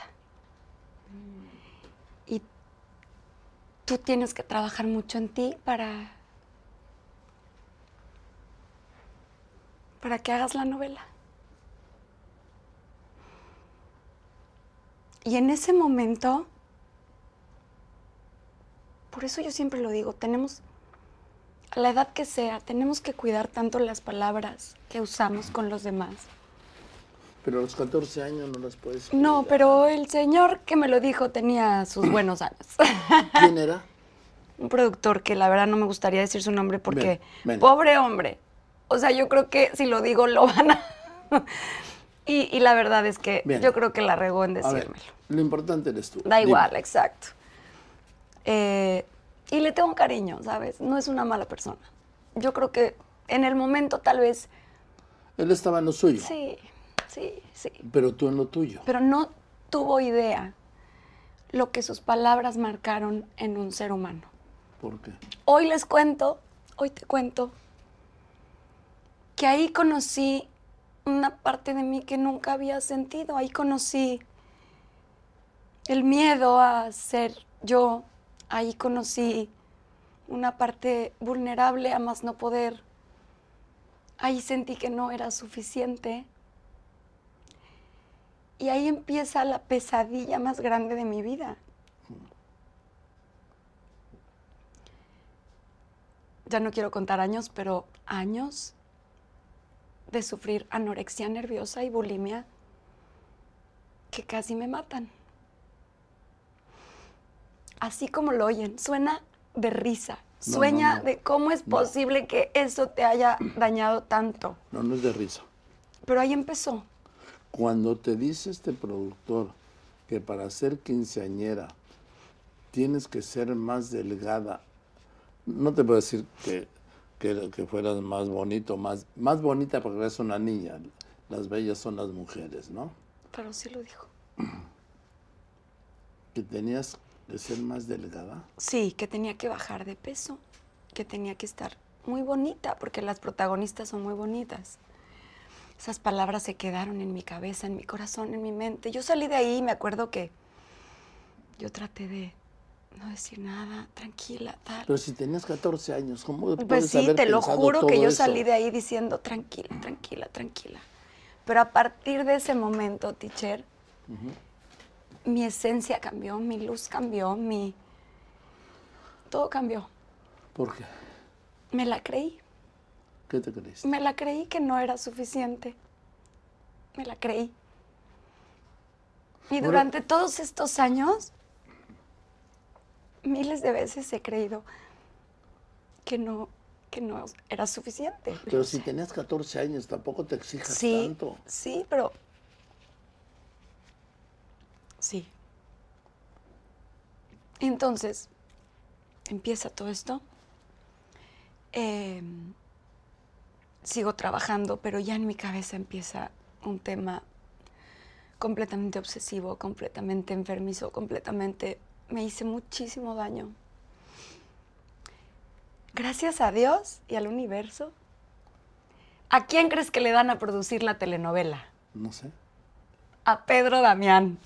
Y tú tienes que trabajar mucho en ti para, para que hagas la novela. Y en ese momento, por eso yo siempre lo digo, tenemos, a la edad que sea, tenemos que cuidar tanto las palabras que usamos con los demás. Pero a los catorce años no las puedes No, cuidar. pero el señor que me lo dijo tenía sus buenos años. ¿Quién era? Un productor que la verdad no me gustaría decir su nombre porque, Ven, ven. pobre hombre. O sea, yo creo que si lo digo lo van a... y, y la verdad es que Bien. yo creo que la regó en A ver, decírmelo. lo importante eres tú. Da Dime. igual, exacto. Eh, y le tengo cariño, ¿sabes? No es una mala persona. Yo creo que en el momento tal vez... Él estaba en lo suyo, Sí, sí, sí. pero tú en lo tuyo. Pero no tuvo idea lo que sus palabras marcaron en un ser humano. ¿Por qué? Hoy les cuento, hoy te cuento, que ahí conocí una parte de mí que nunca había sentido. Ahí conocí el miedo a ser yo. Ahí conocí una parte vulnerable a más no poder. Ahí sentí que no era suficiente. Y ahí empieza la pesadilla más grande de mi vida. Ya no quiero contar años, pero años de sufrir anorexia nerviosa y bulimia que casi me matan. Así como lo oyen, suena de risa. No, Sueña no, no. de cómo es No. posible que eso te haya dañado tanto. No, no es de risa. Pero ahí empezó. Cuando te dice este productor que para ser quinceañera tienes que ser más delgada, no te puedo decir que, que, que fueras más bonito, más, más bonita porque eres una niña. Las bellas son las mujeres, ¿no? Pero sí lo dijo. Que tenías que ser más delgada. Sí, que tenía que bajar de peso, que tenía que estar muy bonita, porque las protagonistas son muy bonitas. Esas palabras se quedaron en mi cabeza, en mi corazón, en mi mente. Yo salí de ahí y me acuerdo que yo traté de no decir nada, tranquila, tal. Pero si tenías catorce años, ¿cómo puedes Pues sí, haber te lo pensado juro que todo yo eso? salí de ahí diciendo tranquila, tranquila, tranquila. Pero a partir de ese momento, teacher, mi esencia cambió, mi luz cambió, mi... todo cambió. ¿Por qué? Me la creí. ¿Qué te creíste? Me la creí que no era suficiente. Me la creí. Y Ahora- durante todos estos años, miles de veces he creído que no, que no era suficiente. Pero si tenías catorce años, tampoco te exijas Sí, tanto. sí, pero... Sí. Entonces, empieza todo esto. Eh, sigo trabajando, pero ya en mi cabeza empieza un tema completamente obsesivo, completamente enfermizo, completamente... Me hice muchísimo daño. Gracias a Dios y al universo, ¿A quién crees que le dan a producir la telenovela? No sé. A Pedro Damián.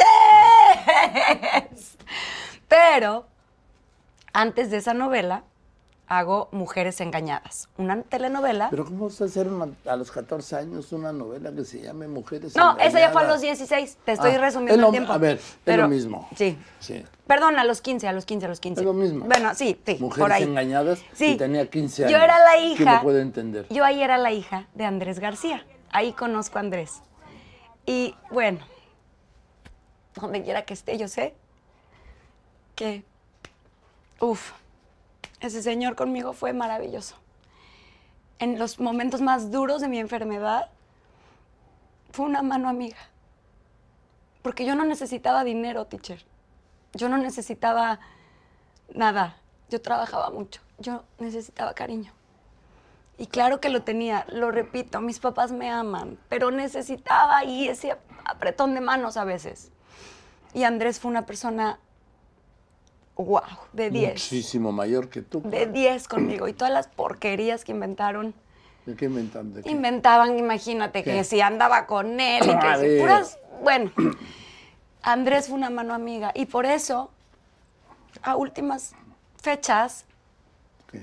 ¡Yes! Pero antes de esa novela hago Mujeres Engañadas, una telenovela. Pero ¿cómo vas a hacer una- a los catorce años una novela que se llame Mujeres No, Engañadas? esa ya fue a los dieciséis. Te estoy Ah, resumiendo es lo- el tiempo. A ver, Pero- es lo mismo. Sí. Sí. Perdón, a los quince, a los quince, a los quince. Es lo mismo. Bueno, sí, sí, Mujeres por ahí. Engañadas Sí. y tenía quince años. Yo era la ¿Quién hija. lo puede entender? Yo ahí era la hija de Andrés García. Ahí conozco a Andrés. Y bueno, donde quiera que esté, yo sé que, uf, ese señor conmigo fue maravilloso. En los momentos más duros de mi enfermedad, fue una mano amiga. Porque yo no necesitaba dinero, teacher. Yo no necesitaba nada. Yo trabajaba mucho. Yo necesitaba cariño. Y claro que lo tenía, lo repito, mis papás me aman, pero necesitaba ahí ese apretón de manos a veces. Y Andrés fue una persona, wow, de diez. Muchísimo mayor que tú. De diez conmigo. Y todas las porquerías que inventaron. ¿De qué inventan? ¿De qué? Inventaban, imagínate, ¿Qué? que si andaba con él y A que si ver. puras... Bueno, Andrés fue una mano amiga. Y por eso, a últimas fechas, ¿Qué?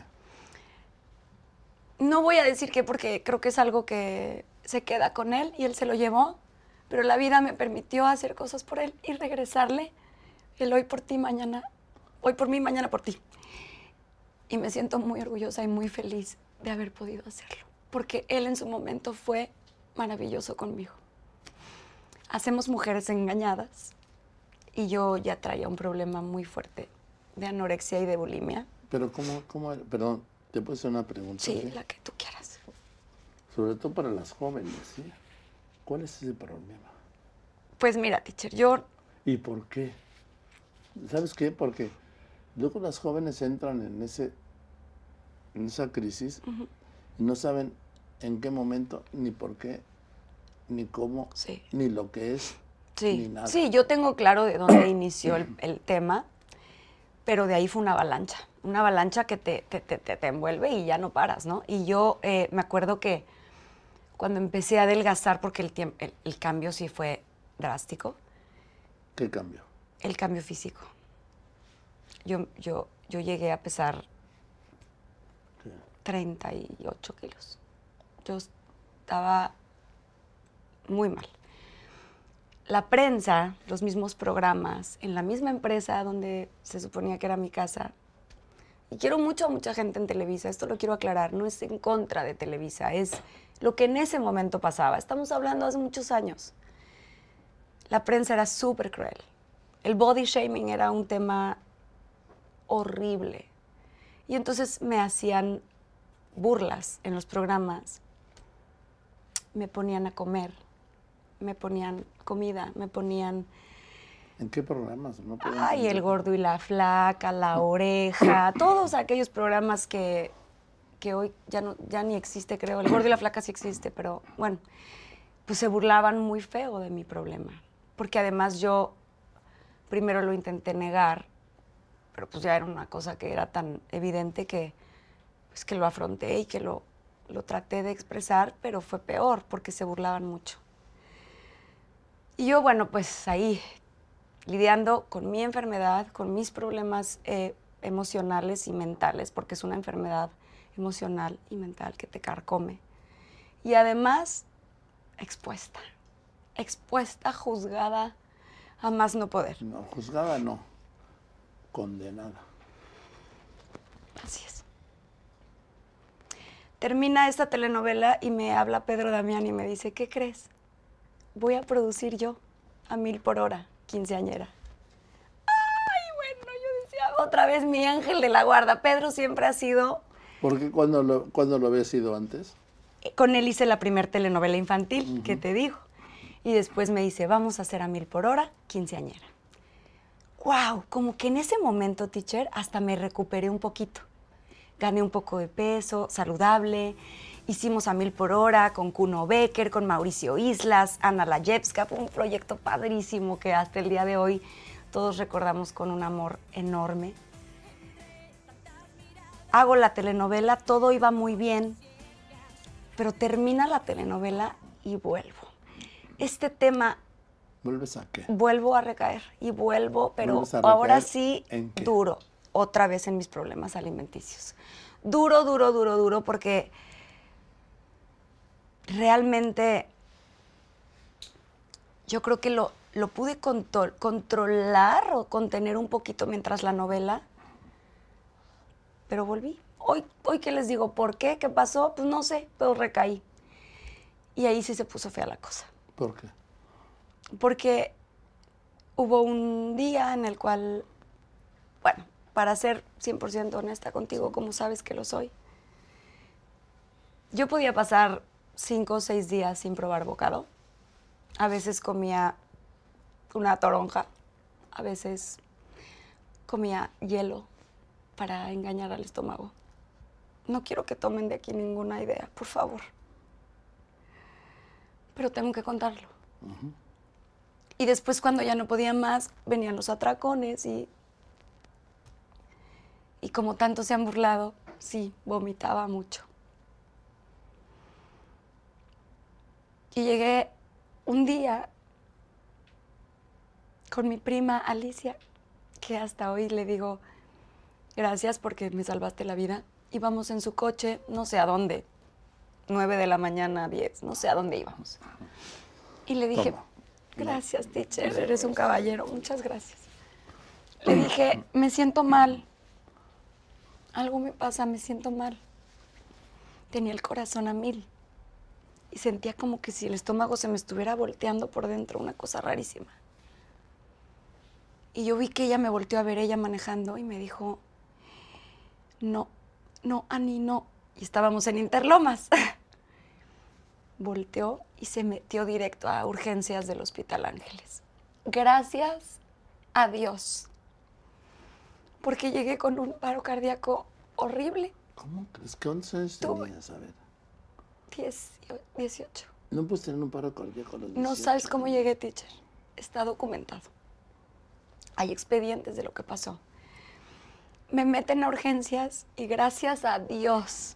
no voy a decir que porque creo que es algo que se queda con él y él se lo llevó, pero la vida me permitió hacer cosas por él y regresarle el hoy por ti, mañana, hoy por mí, mañana por ti. Y me siento muy orgullosa y muy feliz de haber podido hacerlo, porque él en su momento fue maravilloso conmigo. Hacemos Mujeres Engañadas y yo ya traía un problema muy fuerte de anorexia y de bulimia. Pero ¿cómo, cómo era? Perdón, ¿te puedo hacer una pregunta? Sí, la que tú quieras. Sobre todo para las jóvenes, ¿sí? ¿Cuál es ese problema? Pues mira, teacher, yo... ¿Y por qué? ¿Sabes qué? Porque luego las jóvenes entran en ese en esa crisis y no saben en qué momento, ni por qué, ni cómo, Sí. ni lo que es, Sí, ni nada. sí, yo tengo claro de dónde inició el, el tema, pero de ahí fue una avalancha, una avalancha que te, te, te, te, te envuelve y ya no paras, ¿no? Y yo eh, me acuerdo que cuando empecé a adelgazar, porque el, tiemp- el, el cambio sí fue drástico, ¿Qué cambio? el cambio físico. Yo, yo, yo llegué a pesar ¿Qué? treinta y ocho kilos. Yo estaba muy mal. La prensa, los mismos programas, en la misma empresa donde se suponía que era mi casa. Y quiero mucho a mucha gente en Televisa, esto lo quiero aclarar, no es en contra de Televisa, es lo que en ese momento pasaba. Estamos hablando hace muchos años. La prensa era súper cruel. El body shaming era un tema horrible. Y entonces me hacían burlas en los programas. Me ponían a comer, me ponían comida, me ponían... ¿En qué programas? No puedo Ay, entender. El Gordo y la Flaca, La Oreja, todos aquellos programas que, que hoy ya, no, ya ni existe, creo. El Gordo y la Flaca sí existe, pero bueno, pues se burlaban muy feo de mi problema. Porque además yo primero lo intenté negar, pero pues ya era una cosa que era tan evidente que, pues que lo afronté y que lo, lo traté de expresar, pero fue peor porque se burlaban mucho. Y yo, bueno, pues ahí, lidiando con mi enfermedad, con mis problemas eh, emocionales y mentales, porque es una enfermedad emocional y mental que te carcome. Y además, expuesta, expuesta, juzgada, a más no poder. No, juzgada no, condenada. Así es. Termina esta telenovela y me habla Pedro Damián y me dice, ¿qué crees? Voy a producir yo a mil por hora, quinceañera. Ay, bueno, yo decía, otra vez mi ángel de la guarda. Pedro siempre ha sido... ¿Por qué cuando lo, cuando lo había sido antes? Con él hice la primer telenovela infantil, uh-huh. que te digo. Y después me dice, vamos a hacer a mil por hora, quinceañera. ¡Wow! Como que en ese momento, teacher, hasta me recuperé un poquito. Gané un poco de peso, saludable. Hicimos a mil por hora con Kuno Becker, con Mauricio Islas, Ana Layevska. Fue un proyecto padrísimo que hasta el día de hoy todos recordamos con un amor enorme. Hago la telenovela, todo iba muy bien. pero termina la telenovela y vuelvo. Este tema... ¿Vuelves a qué? Vuelvo a recaer y vuelvo, pero ¿Vuelves a recaer ahora sí en qué? duro, otra vez en mis problemas alimenticios. Duro, duro, duro, duro, porque realmente yo creo que lo, lo pude contro- controlar o contener un poquito mientras la novela, pero volví. Hoy, hoy que les digo, ¿por qué? ¿Qué pasó? Pues no sé, pero recaí. Y ahí sí se puso fea la cosa. ¿Por qué? Porque hubo un día en el cual, bueno, para ser cien por ciento honesta contigo, como sabes que lo soy, yo podía pasar cinco o seis días sin probar bocado. A veces comía una toronja, a veces comía hielo para engañar al estómago. No quiero que tomen de aquí ninguna idea, por favor. Pero tengo que contarlo. Uh-huh. Y después, cuando ya no podía más, venían los atracones y... Y como tanto se han burlado, sí, vomitaba mucho. Y llegué un día con mi prima Alicia, que hasta hoy le digo gracias porque me salvaste la vida. Íbamos en su coche, no sé a dónde, nueve de la mañana, diez, no sé a dónde íbamos. Y le dije... Toma. Gracias, teacher, eres un caballero, muchas gracias. Le dije, me siento mal. Algo me pasa, me siento mal. Tenía el corazón a mil. Y sentía como que si el estómago se me estuviera volteando por dentro, una cosa rarísima. Y yo vi que ella me volteó a ver, ella manejando, y me dijo, no, no, Ani, no. Y estábamos en Interlomas. Volteó y se metió directo a urgencias del Hospital Ángeles. Gracias a Dios. Porque llegué con un paro cardíaco horrible. ¿Cómo crees? ¿Cuántos años Tuve- tenías? A ver. diez, dieciocho. ¿No puedes tener un paro cardíaco a los No dieciocho? sabes cómo llegué, teacher. Está documentado. Hay expedientes de lo que pasó. Me meten a urgencias y gracias a Dios,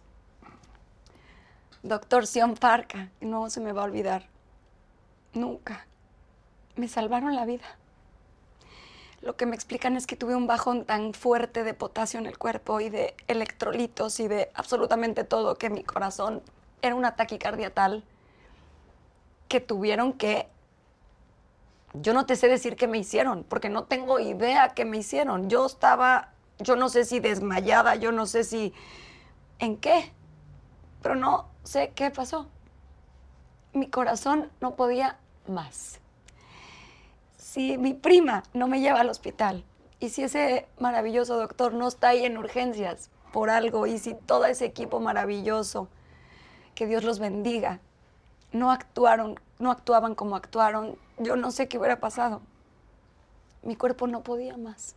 doctor Sion Parca, no se me va a olvidar, nunca, me salvaron la vida. Lo que me explican es que tuve un bajón tan fuerte de potasio en el cuerpo y de electrolitos y de absolutamente todo, que mi corazón era una taquicardia tal que tuvieron que... Yo no te sé decir qué me hicieron, porque no tengo idea qué me hicieron. Yo estaba, yo no sé si desmayada, yo no sé si... ¿En qué? Pero no sé qué pasó. Mi corazón no podía más. Si mi prima no me lleva al hospital y si ese maravilloso doctor no está ahí en urgencias por algo y si todo ese equipo maravilloso, que Dios los bendiga, no actuaron, no actuaban como actuaron, yo no sé qué hubiera pasado. Mi cuerpo no podía más.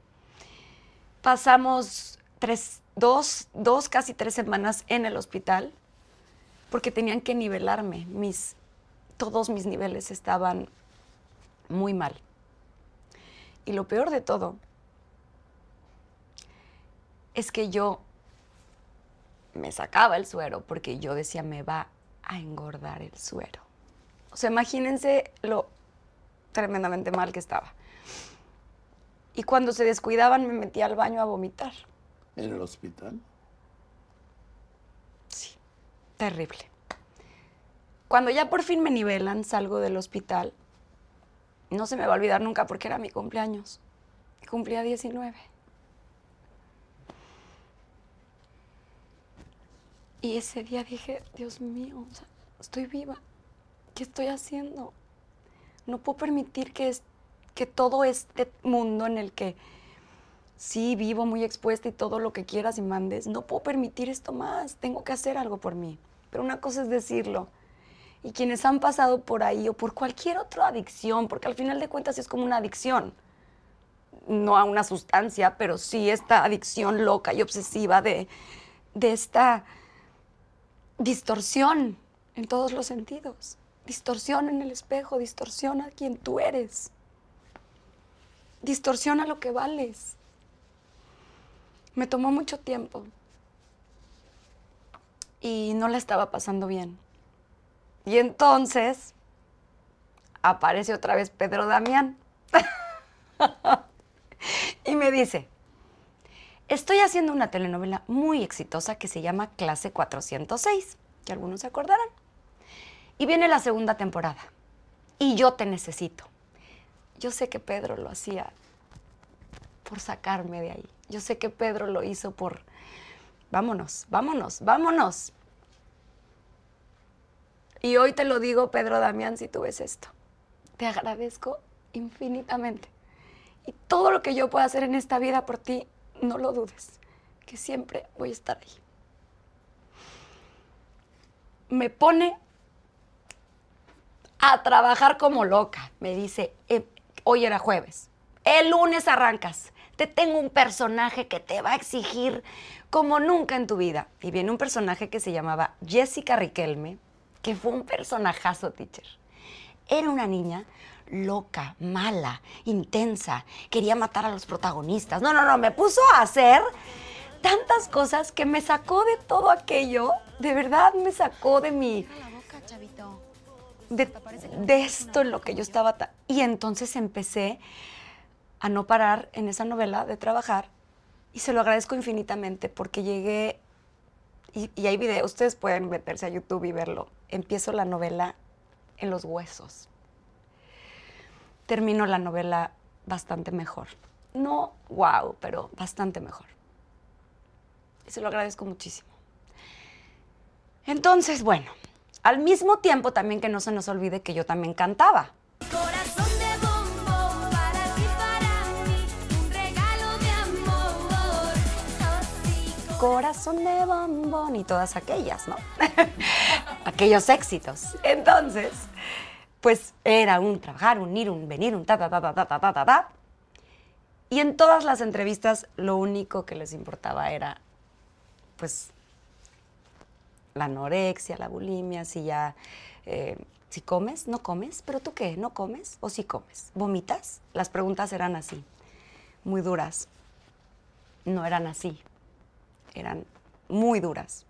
Pasamos tres, dos, dos, casi tres semanas en el hospital porque tenían que nivelarme. Mis, todos mis niveles estaban muy mal. Y lo peor de todo es que yo me sacaba el suero porque yo decía, me va a engordar el suero. O sea, imagínense lo tremendamente mal que estaba. Y cuando se descuidaban me metía al baño a vomitar. ¿En el hospital? Sí, terrible. Cuando ya por fin me nivelan, salgo del hospital. No se me va a olvidar nunca porque era mi cumpleaños. Cumplía diecinueve. Y ese día dije, Dios mío, o sea, estoy viva. ¿Qué estoy haciendo? No puedo permitir que, es, que todo este mundo en el que sí vivo muy expuesta y todo lo que quieras y mandes, no puedo permitir esto más. Tengo que hacer algo por mí. Pero una cosa es decirlo. Y quienes han pasado por ahí o por cualquier otra adicción, porque al final de cuentas es como una adicción, no a una sustancia, pero sí esta adicción loca y obsesiva de, de esta distorsión en todos los sentidos. Distorsión en el espejo, distorsiona a quien tú eres. Distorsiona lo que vales. Me tomó mucho tiempo. y no la estaba pasando bien. Y entonces aparece otra vez Pedro Damián y me dice, estoy haciendo una telenovela muy exitosa que se llama Clase cuatrocientos seis, que algunos se acordarán. Y viene la segunda temporada y yo te necesito. Yo sé que Pedro lo hacía por sacarme de ahí. Yo sé que Pedro lo hizo por, vámonos, vámonos, vámonos. Y hoy te lo digo, Pedro Damián, si tú ves esto. Te agradezco infinitamente. Y todo lo que yo pueda hacer en esta vida por ti, no lo dudes, que siempre voy a estar ahí. Me pone a trabajar como loca. Me dice, eh, hoy era jueves, el lunes arrancas. Te tengo un personaje que te va a exigir como nunca en tu vida. Y viene un personaje que se llamaba Jessica Riquelme, que fue un personajazo, teacher. Era una niña loca, mala, intensa, quería matar a los protagonistas. No, no, no, me puso a hacer tantas cosas que me sacó de todo aquello. De verdad me sacó de mi... De, de esto en lo que yo estaba... Ta- y entonces empecé a no parar en esa novela de trabajar y se lo agradezco infinitamente porque llegué... Y, y hay videos, ustedes pueden meterse a YouTube y verlo. Empiezo la novela en los huesos. Termino la novela bastante mejor. No wow, pero bastante mejor. Y se lo agradezco muchísimo. Entonces, bueno, al mismo tiempo también que no se nos olvide que yo también cantaba. Corazón de bombón, para ti, para mí, un regalo de amor. Tóxico. Corazón de bombón y todas aquellas, ¿no? Aquellos éxitos. Entonces, pues era un trabajar, un ir, un venir, un ta, ta, ta, ta, ta, ta, ta, ta, ta. Y en todas las entrevistas lo único que les importaba era, pues, la anorexia, la bulimia, si ya, eh, si comes, no comes, pero ¿tú qué? ¿No comes o sí comes? ¿Vomitas? Las preguntas eran así, muy duras. No eran así, eran muy duras.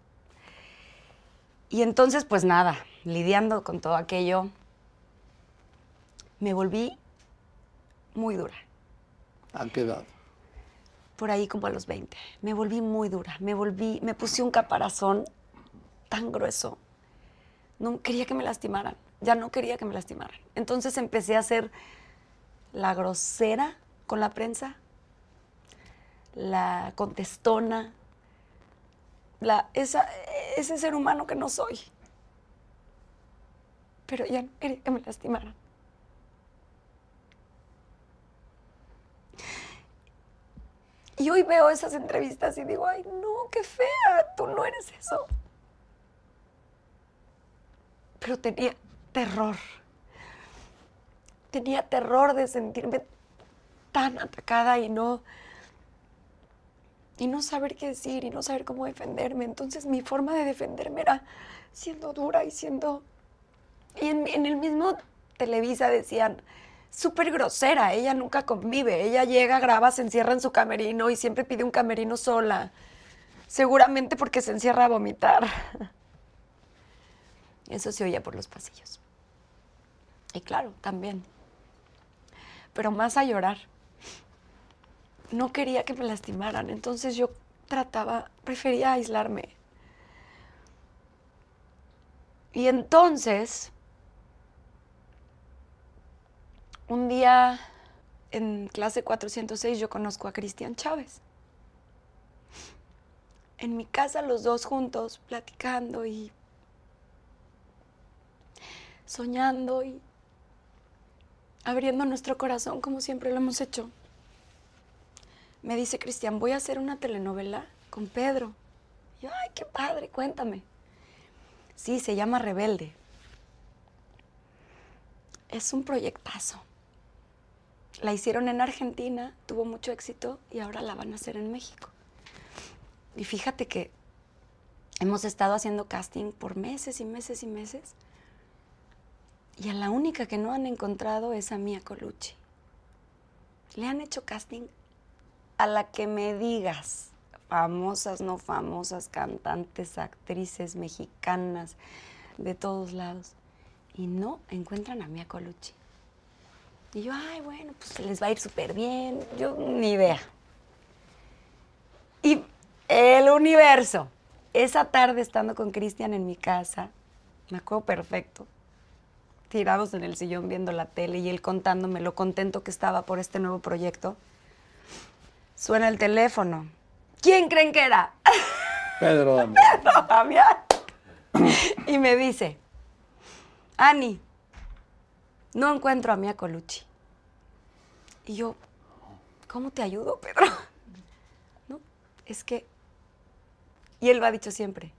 Y entonces, pues nada, lidiando con todo aquello, me volví muy dura. ¿A qué edad? Por ahí como a los veinte. Me volví muy dura, me volví, me puse un caparazón tan grueso. No quería que me lastimaran, ya no quería que me lastimaran. Entonces empecé a ser la grosera con la prensa, la contestona, la, esa, ese ser humano que no soy. Pero ya no quería que me lastimaran. Y hoy veo esas entrevistas y digo, ay, no, qué fea, tú no eres eso. Pero tenía terror. Tenía terror de sentirme tan atacada y no, y no saber qué decir y no saber cómo defenderme. Entonces mi forma de defenderme era siendo dura y siendo... Y en, en el mismo Televisa decían, súper grosera, ella nunca convive, ella llega, graba, se encierra en su camerino y siempre pide un camerino sola. Seguramente porque se encierra a vomitar. Eso se oía por los pasillos. Y claro, también. Pero más a llorar. No quería que me lastimaran, entonces yo trataba, prefería aislarme. Y entonces, un día en clase cuatrocientos seis yo conozco a Cristian Chávez. En mi casa los dos juntos, platicando y soñando y abriendo nuestro corazón como siempre lo hemos hecho. Me dice Cristian, voy a hacer una telenovela con Pedro. Y yo, ay, qué padre, cuéntame. Sí, se llama Rebelde. Es un proyectazo. La hicieron en Argentina, tuvo mucho éxito y ahora la van a hacer en México. Y fíjate que hemos estado haciendo casting por meses y meses y meses. Y a la única que no han encontrado es a Mia Colucci. Le han hecho casting a la que me digas, famosas, no famosas, cantantes, actrices mexicanas, de todos lados. Y no encuentran a Mia Colucci. Y yo, ay, bueno, pues les va a ir súper bien. Yo ni idea. Y el universo. Esa tarde estando con Cristian en mi casa, me acuerdo perfecto, tirados en el sillón viendo la tele y él contándome lo contento que estaba por este nuevo proyecto, suena el teléfono. ¿Quién creen que era? Pedro Damián. Pedro Damián. Y me dice, Ani, no encuentro a Mia Colucci. Y yo, ¿cómo te ayudo, Pedro? No, es que... Y él lo ha dicho siempre,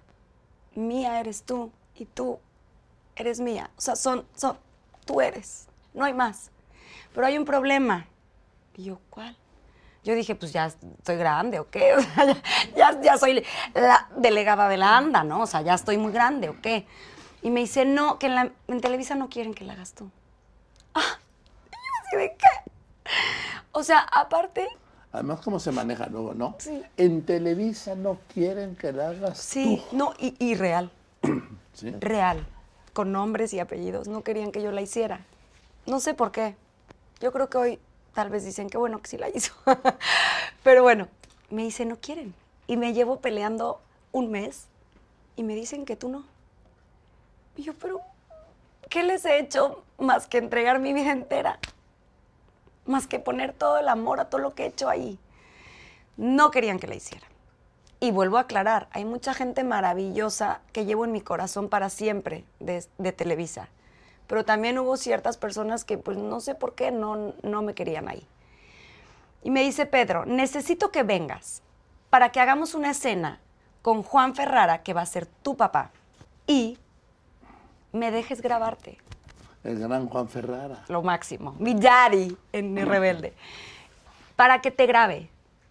mía eres tú y tú eres mía. O sea, son, son, tú eres, no hay más. Pero hay un problema. Y yo, ¿cuál? Yo dije, pues ya estoy grande, ¿o qué? O sea, ya, ya, ya soy la delegada de la ANDA, ¿no? O sea, ya estoy muy grande, ¿o qué? Y me dice, no, que en, la, en Televisa no quieren que la hagas tú. Ah, y yo así de, ¿qué? O sea, aparte... Además, cómo se maneja luego, ¿no? Sí. En Televisa no quieren que la hagas Sí, tú. no, y, y real. ¿Sí? Real. Con nombres y apellidos. No querían que yo la hiciera. No sé por qué. Yo creo que hoy tal vez dicen que bueno que sí la hizo. Pero bueno, me dice, no quieren. Y me llevo peleando un mes y me dicen que tú no. Y yo, pero, ¿qué les he hecho más que entregar mi vida entera? Más que poner todo el amor a todo lo que he hecho ahí. No querían que la hiciera. Y vuelvo a aclarar, hay mucha gente maravillosa que llevo en mi corazón para siempre de, de Televisa. Pero también hubo ciertas personas que, pues, no sé por qué no, no me querían ahí. Y me dice, Pedro, necesito que vengas para que hagamos una escena con Juan Ferrara, que va a ser tu papá, y me dejes grabarte. El gran Juan Ferrara. Lo máximo. Mi daddy en El Rebelde. Para que te grabe.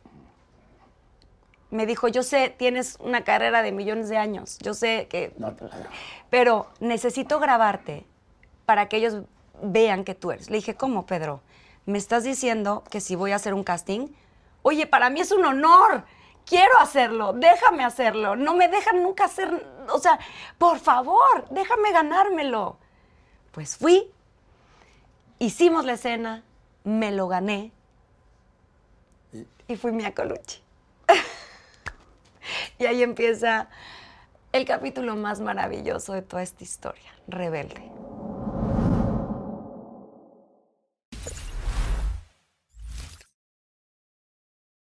Me dijo, yo sé, tienes una carrera de millones de años. Yo sé que... No te la grabo. Pero necesito grabarte para que ellos vean que tú eres. Le dije, ¿cómo, Pedro? ¿Me estás diciendo que si voy a hacer un casting? Oye, para mí es un honor. Quiero hacerlo. Déjame hacerlo. No me dejan nunca hacer... O sea, por favor, déjame ganármelo. Pues fui, hicimos la escena, me lo gané y fui Mia Colucci. Y ahí empieza el capítulo más maravilloso de toda esta historia, Rebelde.